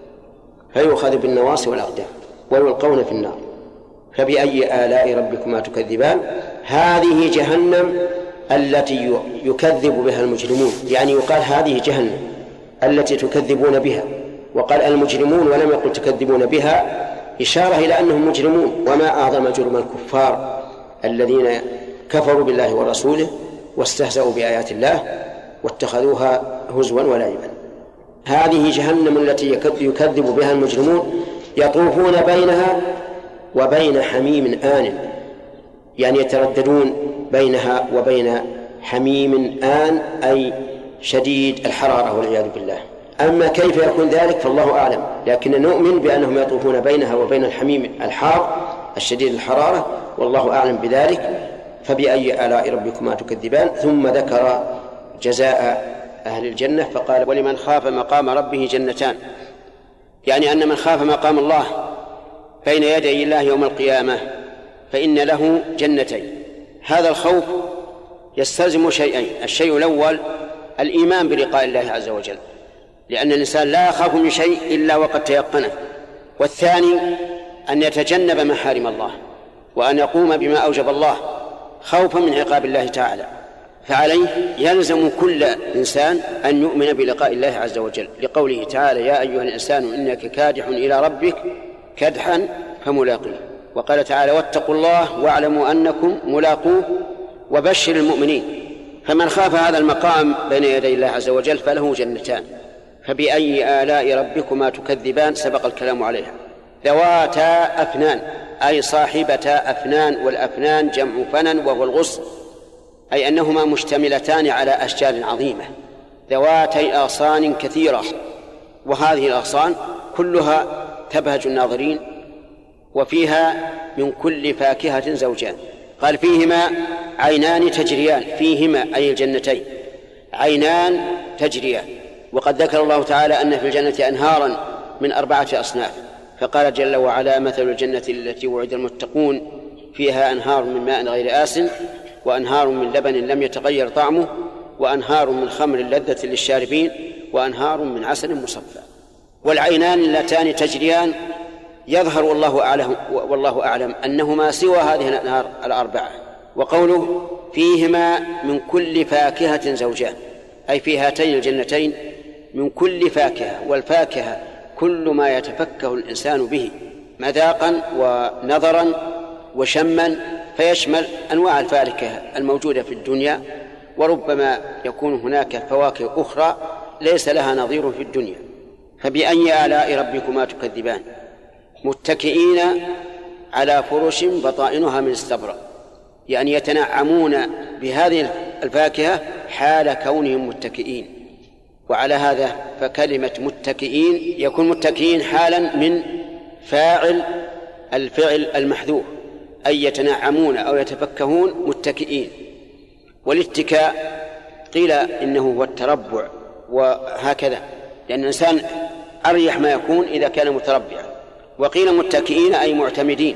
فيؤخذ بالنواصي والأقدام ويلقون في النار. فبأي آلاء ربكما تكذبان. هذه جهنم التي يكذب بها المجرمون، يعني يقال هذه جهنم التي تكذبون بها، وقال المجرمون ولم يقل تكذبون بها، إشارة إلى أنهم مجرمون. وما أعظم جرم الكفار الذين كفروا بالله ورسوله واستهزأوا بآيات الله واتخذوها هزوا ولعبا. هذه جهنم التي يكذب بها المجرمون، يطوفون بينها وبين حميم آن، يعني يترددون بينها وبين حميم آن أي شديد الحرارة والعياذ بالله. أما كيف يكون ذلك فالله أعلم، لكن نؤمن بأنهم يطوفون بينها وبين الحميم الحار الشديد الحرارة، والله أعلم بذلك. فبأي آلاء ربكما تكذبان. ثم ذكر جزاء أهل الجنة فقال ولمن خاف مقام ربه جنتان، يعني أن من خاف مقام الله بين يدي الله يوم القيامة فإن له جنتين. هذا الخوف يستلزم شيئين: الشيء الأول الإيمان بلقاء الله عز وجل، لأن الإنسان لا يخاف من شيء إلا وقد تيقنه. والثاني أن يتجنب محارم الله، وأن يقوم بما أوجب الله خوفا من عقاب الله تعالى. فعليه يلزم كل إنسان أن يؤمن بلقاء الله عز وجل، لقوله تعالى: يا أيها الإنسان إنك كادح إلى ربك كدحا فملاقيه. وقال تعالى: واتقوا الله واعلموا أنكم ملاقوه وبشر المؤمنين. فمن خاف هذا المقام بين يدي الله عز وجل فله جنتان. فبأي آلاء ربكما تكذبان؟ سبق الكلام عليها. ذواتا أفنان، أي صاحبتا أفنان، والأفنان جمع فنن وهو الغصن، أي أنهما مشتملتان على أشجار عظيمة ذواتي أغصان كثيرة. وهذه الأغصان كلها تبهج الناظرين، وفيها من كل فاكهة زوجان. قال: فيهما عينان تجريان. فيهما أي الجنتين عينان تجريان. وقد ذكر الله تعالى أن في الجنة أنهارا من 4 أصناف، فقال جل وعلا: مثل الجنة التي وعد المتقون فيها أنهار من ماء غير آسن وأنهار من لبن لم يتغير طعمه وأنهار من خمر لذة للشاربين وأنهار من عسل مصفى. والعينان اللتان تجريان يظهر والله أعلم أنهما سوى هذه الأنهار 4. وقوله: فيهما من كل فاكهة زوجان، أي في هاتين الجنتين من كل فاكهة. والفاكهة كل ما يتفكه الإنسان به مذاقا ونظرا وشما، فيشمل أنواع الفاكهة الموجودة في الدنيا، وربما يكون هناك فواكه أخرى ليس لها نظير في الدنيا. فبأي آلاء ربكما تكذبان؟ متكئين على فرش بطائنها من استبرق، يعني يتنعمون بهذه الفاكهة حال كونهم متكئين. وعلى هذا فكلمة متكئين يكون متكئين حالا من فاعل الفعل المحذوف، أي يتنعمون أو يتفكهون متكئين. والاتكاء قيل إنه هو التربع، وهكذا، لأن الإنسان أريح ما يكون إذا كان متربعا. وقيل متكئين أي معتمدين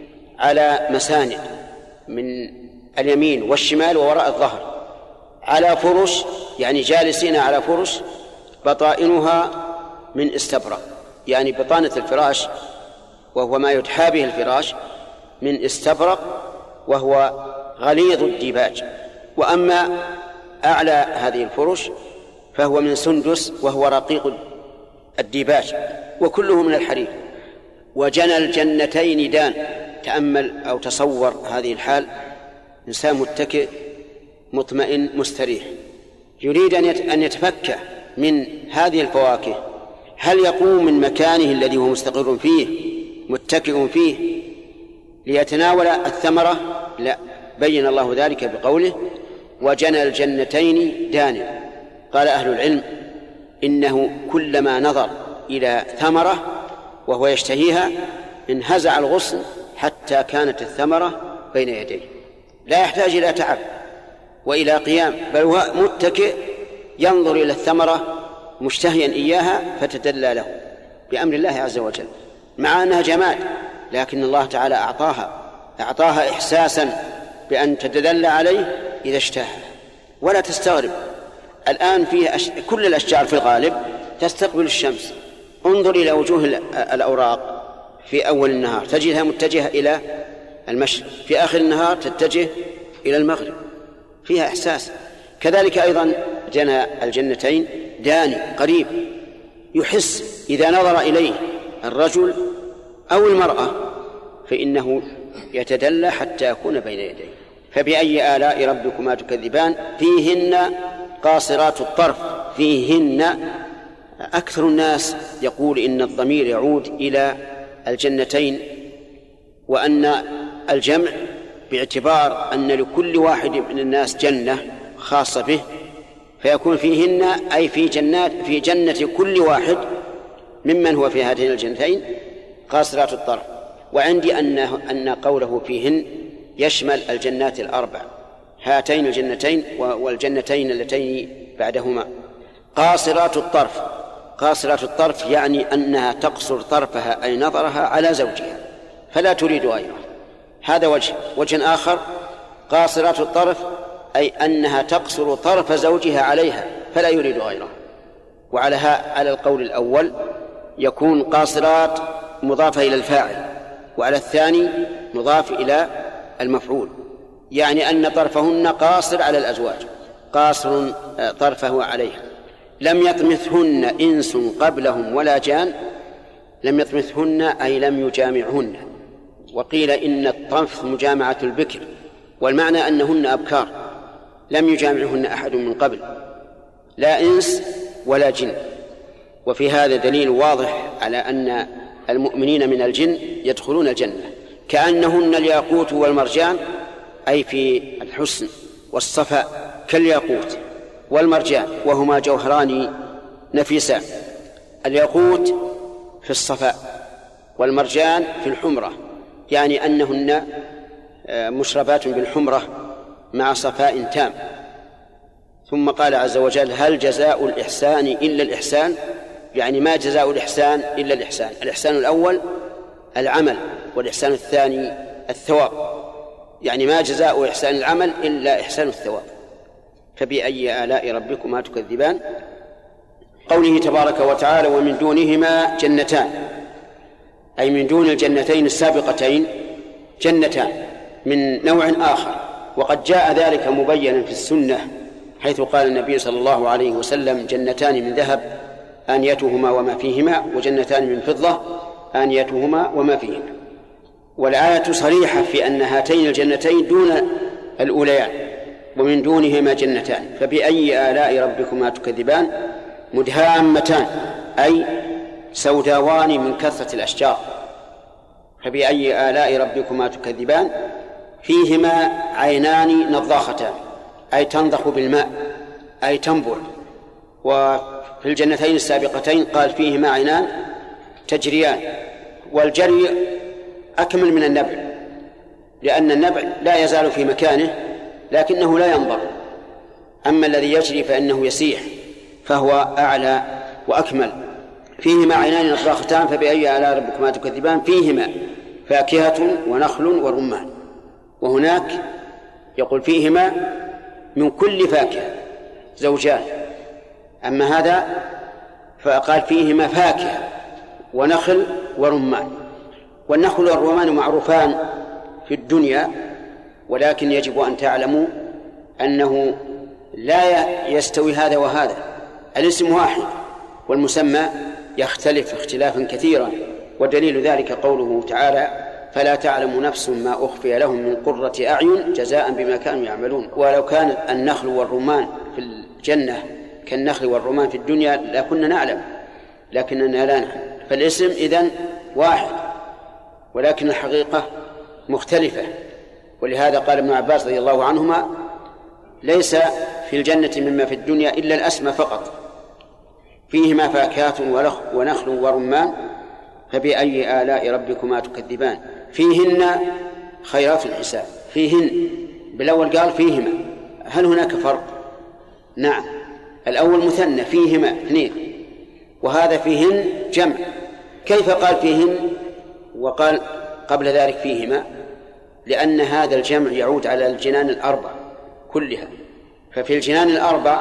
على مساند من اليمين والشمال ووراء الظهر، على فرش يعني جالسين على فرش بطائنها من استبرق، يعني بطانة الفراش وهو ما يدحى به الفراش من استبرق وهو غليظ الديباج. وأما أعلى هذه الفرش فهو من سندس وهو رقيق الديباج، وكله من الحرير. وجنى الجنتين دان. تأمل أو تصور هذه الحال: إنسان متكئ مطمئن مستريح يريد أن يتفكه من هذه الفواكه، هل يقوم من مكانه الذي هو مستقر فيه متكئ فيه ليتناول الثمرة؟ لا، بين الله ذلك بقوله: وجنى الجنتين دان. قال أهل العلم إنه كلما نظر إلى ثمرة وهو يشتهيها انهزع الغصن حتى كانت الثمرة بين يديه، لا يحتاج إلى تعب وإلى قيام، بل هو متكئ ينظر إلى الثمرة مشتهيا إياها فتدلى له بأمر الله عز وجل، مع أنها جماد، لكن الله تعالى أعطاها إحساسا بأن تتدلى عليه إذا اشتاها. ولا تستغرب، الآن فيه كل الأشجار في الغالب تستقبل الشمس. انظر إلى وجوه الأوراق في أول النهار تجدها متجهة إلى المشرق، في آخر النهار تتجه إلى المغرب، فيها إحساس. كذلك أيضا جنى الجنتين داني قريب، يحس إذا نظر إليه الرجل أو المرأة فإنه يتدلى حتى يكون بين يديه. فبأي آلاء ربكما تكذبان؟ فيهن قاصرات الطرف. فيهن أكثر الناس يقول إن الضمير يعود إلى الجنتين، وأن الجمع باعتبار أن لكل واحد من الناس جنة خاصة به، فيكون فيهن أي في جنة كل واحد ممن هو في هاتين الجنتين قاصرات الطرف. وعندي أن قوله فيهن يشمل الجنات الأربع، هاتين الجنتين والجنتين اللتين بعدهما. قاصرات الطرف، قاصرات الطرف يعني أنها تقصر طرفها أي نظرها على زوجها فلا تريد غيره، هذا وجه آخر. قاصرات الطرف أي أنها تقصر طرف زوجها عليها فلا يريد غيره. على القول الأول يكون قاصرات مضافة إلى الفاعل، وعلى الثاني مضاف إلى المفعول، يعني أن طرفهن قاصر على الأزواج، قاصر طرفه عليها. لم يطمثهن إنس قبلهم ولا جان، لم يطمثهن أي لم يجامعهن. وقيل إن الطمث مجامعة البكر، والمعنى أنهن أبكار لم يجامعهن أحد من قبل، لا إنس ولا جن. وفي هذا دليل واضح على أن المؤمنين من الجن يدخلون الجنة، كأنهن الياقوت والمرجان، أي في الحسن والصفاء كالياقوت والمرجان، وهما جوهران نفيسان، الياقوت في الصفاء والمرجان في الحمرة، يعني أنهن مشربات بالحمرة مع صفاء تام. ثم قال عز وجل: هل جزاء الإحسان إلا الإحسان؟ يعني ما جزاء الإحسان إلا الإحسان. الإحسان الأول العمل، والإحسان الثاني الثواب، يعني ما جزاء إحسان العمل إلا إحسان الثواب. فبأي آلاء ربكما تكذبان؟ قوله تبارك وتعالى: ومن دونهما جنتان، أي من دون الجنتين السابقتين جنتان من نوع آخر. وقد جاء ذلك مبينا في السنة، حيث قال النبي صلى الله عليه وسلم: جنتان من ذهب آنيتهما وما فيهما، وجنتان من فضة آنيتهما وما فيهما. والآية صريحة في أن هاتين الجنتين دون الأوليان. ومن دونهما جنتان، فبأي آلاء ربكما تكذبان؟ مدهامتان، أي سوداوان من كثرة الأشجار. فبأي آلاء ربكما تكذبان؟ فيهما عينان نضاختان، أي تنضخ بالماء، أي تنبع. وفي الجنتين السابقتين قال: فيهما عينان تجريان. والجري أكمل من النبع، لأن النبع لا يزال في مكانه لكنه لا ينضب، أما الذي يجري فإنه يسيح، فهو أعلى وأكمل. فيهما عينان نضاختان، فبأي آلاء ربكما تكذبان؟ فيهما فاكهة ونخل ورمان. وهناك يقول: فيهما من كل فاكهة زوجان، أما هذا فقال: فيهما فاكهة ونخل ورمان. والنخل والرمان معروفان في الدنيا، ولكن يجب أن تعلموا أنه لا يستوي هذا وهذا، الاسم واحد والمسمى يختلف اختلافا كثيرا. ودليل ذلك قوله تعالى: فلا تعلم نفس ما أخفي لهم من قرة أعين جزاء بما كانوا يعملون. ولو كان النخل والرمان في الجنة كالنخل والرمان في الدنيا لكنا نعلم، لكننا لا نعلم. فالاسم إذن واحد، ولكن الحقيقة مختلفة. ولهذا قال ابن عباس رضي الله عنهما: ليس في الجنة مما في الدنيا إلا الأسمى فقط. فيهما فاكهة ونخل ورمان، فبأي آلاء ربكما تكذبان؟ فيهن خيرات حسان. فيهن بالأول قال فيهما، هل هناك فرق؟ نعم، الأول مثنى فيهما اثنين، وهذا فيهن جمع. كيف قال فيهن وقال قبل ذلك فيهما؟ لأن هذا الجمع يعود على الجنان الأربع كلها. ففي الجنان الأربع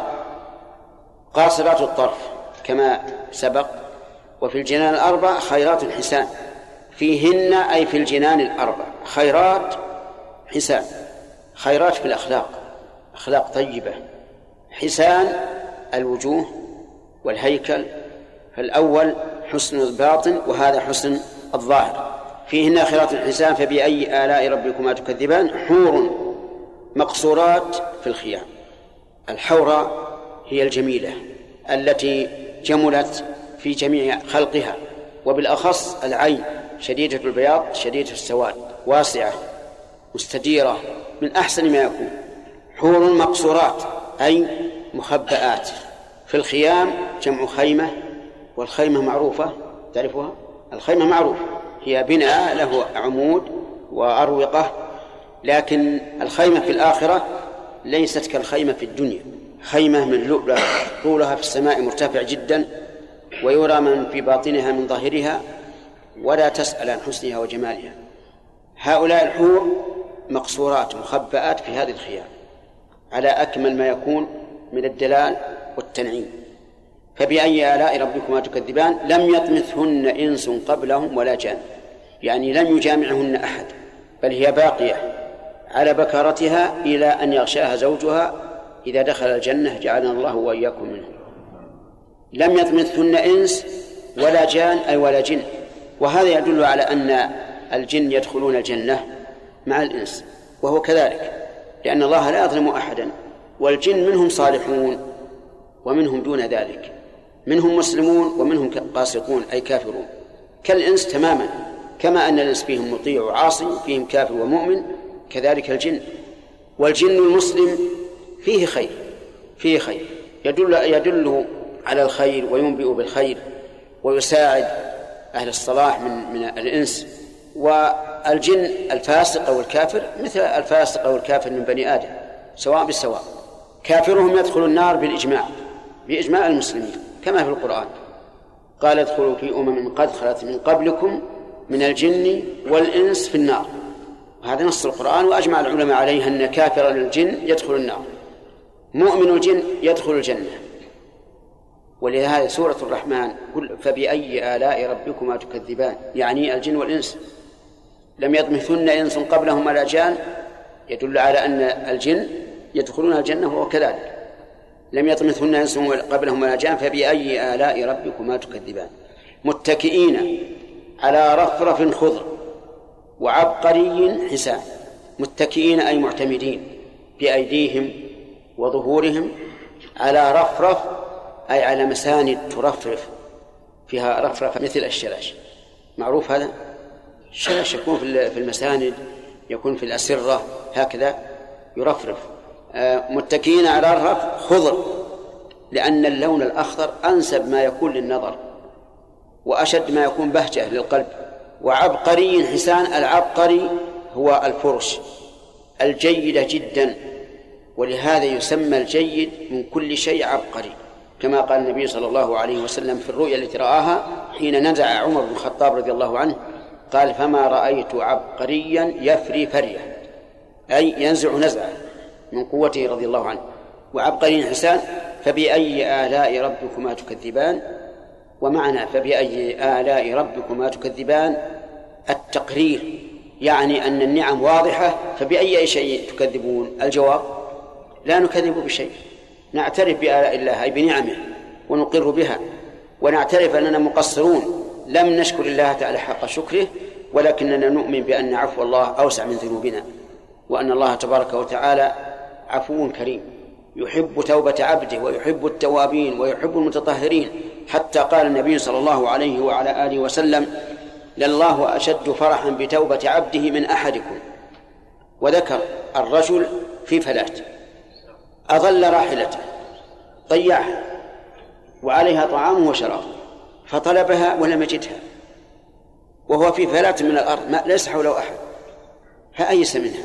قاصرات الطرف كما سبق، وفي الجنان الأربع خيرات حسان. فيهن أي في الجنان الأربع خيرات حسان. خيرات في الأخلاق، أخلاق طيبة. حسان الوجوه والهيكل، فالأول حسن الباطن وهذا حسن الظاهر. فيهن خيرات حسان، فبأي آلاء ربكما تكذبان؟ حور مقصورات في الخيام. الحورة هي الجميلة التي جملت في جميع خلقها، وبالأخص العين شديدة البياض شديدة السواد، واسعة مستديرة من أحسن ما يكون. حور مقصورات أي مخبئات في الخيام، جمع خيمة، والخيمة معروفة تعرفها؟ الخيمة معروفة، هي بناء له عمود وأروقة، لكن الخيمة في الآخرة ليست كالخيمة في الدنيا. خيمة من لؤلؤ طولها في السماء مرتفع جدا، ويرى من في باطنها من ظاهرها، ولا تسأل عن حسنها وجمالها. هؤلاء الحور مقصورات مخبئات في هذه الخيام. على أكمل ما يكون من الدلال والتنعيم. فبأي آلاء ربكما تكذبان لم يطمثهن إنس قبلهم ولا جان، يعني لم يجامعهن أحد، بل هي باقية على بكارتها إلى أن يغشاها زوجها إذا دخل الجنة جعلنا الله وإياكم منه. لم يطمثهن إنس ولا جان أي ولا جن، وهذا يدل على أن الجن يدخلون الجنة مع الإنس، وهو كذلك، لأن الله لا يظلم أحدا، والجن منهم صالحون ومنهم دون ذلك، منهم مسلمون ومنهم قاسقون أي كافرون، كالإنس تماما، كما أن الإنس فيهم مطيع وعاصي، فيهم كافر ومؤمن، كذلك الجن. والجن المسلم فيه خير، فيه خير يدل على الخير وينبئ بالخير ويساعد أهل الصلاح من الإنس. والجن الفاسق أو الكافر مثل الفاسق أو الكافر من بني آدم سواء بالسواء، كافرهم يدخل النار بإجماع المسلمين كما في القرآن، قال ادخلوا في قد خلت من قبلكم من الجن والإنس في النار، هذا نص القرآن، وأجمع العلماء عليه أن كافر الجن يدخل النار، مؤمن الجن يدخل الجنة. ولهذا سورة الرحمن فبأي آلاء ربكما تكذبان، يعني الجن والإنس. لم يطمثن إنس قبلهم ولا جان يدل على أن الجن يدخلون الجنة وهو كذلك. لم يطمثن إنس قبلهم ولا جان فبأي آلاء ربكما تكذبان متكئين على رفرف خضر وعبقري حسان. متكئين أي معتمدين بأيديهم وظهورهم على رفرف أي على مساند ترفرف فيها رفرف مثل الشلاش، معروف هذا الشلاش يكون في المساند، يكون في الأسرة هكذا يرفرف. متكئين على رفرف خضر، لأن اللون الأخضر أنسب ما يكون للنظر وأشد ما يكون بهجة للقلب. وعبقري حسان، العبقري هو الفرش الجيدة جدا، ولهذا يسمى الجيد من كل شيء عبقري، كما قال النبي صلى الله عليه وسلم في الرؤيا التي رآها حين نزع عمر بن الخطاب رضي الله عنه، قال فما رأيت عبقريا يفري فرية، أي ينزع نزعه من قوته رضي الله عنه. وعبقري حسان فبأي آلاء ربكما تكذبان. ومعنى فبأي آلاء ربكما تكذبان التقرير، يعني أن النعم واضحة، فبأي شيء تكذبون؟ الجواب لا نكذب بشيء، نعترف بآلاء الله أي بنعمه ونقر بها، ونعترف أننا مقصرون لم نشكر الله تعالى حق شكره، ولكننا نؤمن بأن عفو الله أوسع من ذنوبنا، وأن الله تبارك وتعالى عفو كريم يحب توبة عبده ويحب التوابين ويحب المتطهرين، حتى قال النبي صلى الله عليه وعلى آله وسلم لله أشد فرحا بتوبة عبده من أحدكم. وذكر الرجل في فلاة أضل راحلته ضيعها وعليها طعامه وشرابه فطلبها ولم يجدها وهو في فلاة من الأرض ما ليس حوله أحد، فأيس منها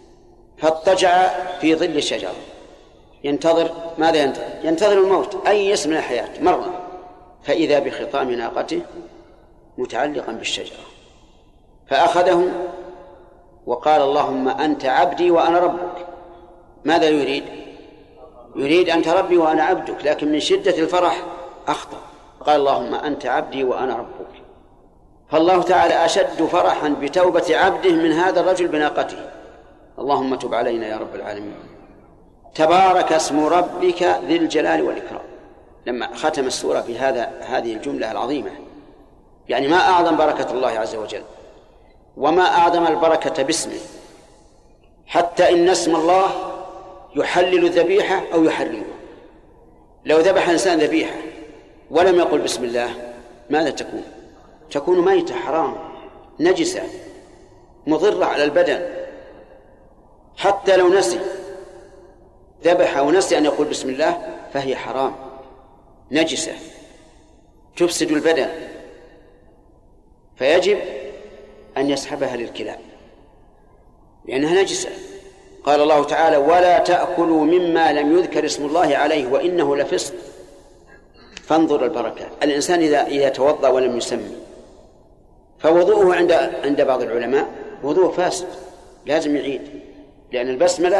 فاضطجع في ظل الشجرة ينتظر. ماذا ينتظر؟ ينتظر الموت، أيس من الحياة مرة، فإذا بخطام ناقته متعلقا بالشجرة فأخذه وقال اللهم أنت عبدي وأنا ربك. ماذا يريد؟ يريد أنت ربي وأنا عبدك، لكن من شدة الفرح أخطأ، قال اللهم أنت عبدي وأنا ربك. فالله تعالى أشد فرحا بتوبة عبده من هذا الرجل بناقته. اللهم تب علينا يا رب العالمين. تبارك اسم ربك ذي الجلال والإكرام. لما ختم السورة هذه الجملة العظيمة، يعني ما أعظم بركة الله عز وجل وما أعظم البركة باسمه، حتى إن اسم الله يحلل الذبيحة أو يحرمها. لو ذبح إنسان ذبيحة ولم يقل بسم الله ماذا تكون؟ تكون ميتة حرام نجسة مضرة على البدن. حتى لو نسي ذبح ونسي أن يقول بسم الله فهي حرام نجسة تفسد البدن، فيجب أن يسحبها للكلاب لأنها نجسة. قال الله تعالى ولا تأكلوا مما لم يذكر اسم الله عليه وإنه لفسق. فانظر البركة. الإنسان إذا توضأ ولم يسمي فوضوءه عند بعض العلماء وضوء فاسد، لازم يعيد، لأن البسملة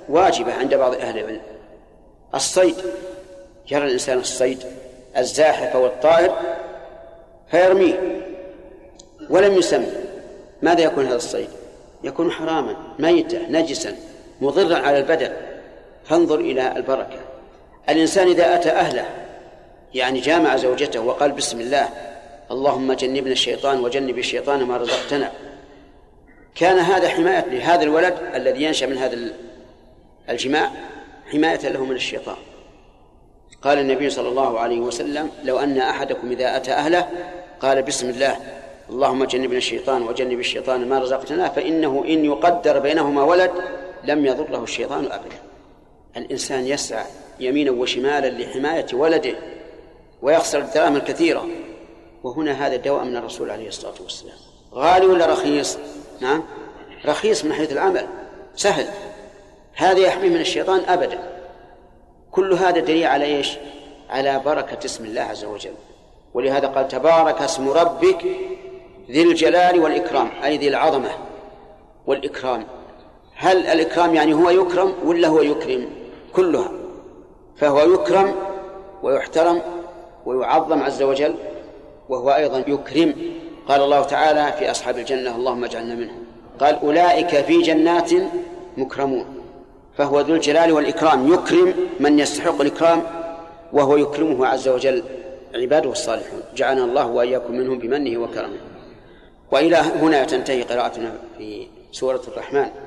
واجبة عند بعض أهل العلم. الصيد، يرى الإنسان الصيد الزاحف والطائر فيرميه ولم يسمى، ماذا يكون هذا الصيد؟ يكون حراما ميتا نجسا مضرا على البدن. فانظر إلى البركة. الإنسان إذا أتى أهله يعني جامع زوجته وقال بسم الله اللهم جنبنا الشيطان وجنب الشيطان ما رزقتنا، كان هذا حماية لهذا الولد الذي ينشأ من هذا الجماع، حماية له من الشيطان. قال النبي صلى الله عليه وسلم لو أن أحدكم إذا أتى أهله قال بسم الله اللهم جنبنا الشيطان وجنب الشيطان ما رزقتنا فإنه إن يقدر بينهما ولد لم يضره الشيطان أبدا. الإنسان يسعى يمينا وشمالا لحماية ولده ويخسر الدراهم الكثيرة، وهنا هذا الدواء من الرسول عليه الصلاة والسلام. غالي ولا رخيص؟ نعم رخيص من حيث العمل، سهل. هذا يحميه من الشيطان أبدا. كل هذا دليل على إيش؟ على بركة اسم الله عز وجل. ولهذا قال تبارك اسم ربك ذي الجلال والإكرام، أي ذي العظمة والإكرام. هل الإكرام يعني هو يكرم ولا هو يكرم؟ كلها. فهو يكرم ويحترم ويعظم عز وجل، وهو أيضا يكرم. قال الله تعالى في أصحاب الجنة اللهم اجعلنا منهم، قال أولئك في جنات مكرمون. فهو ذو الجلال والإكرام، يكرم من يستحق الإكرام وهو يكرمه عز وجل عباده الصالحون. جعلنا الله وإياكم منهم بمنه وكرمه. وإلى هنا تنتهي قراءتنا في سورة الرحمن.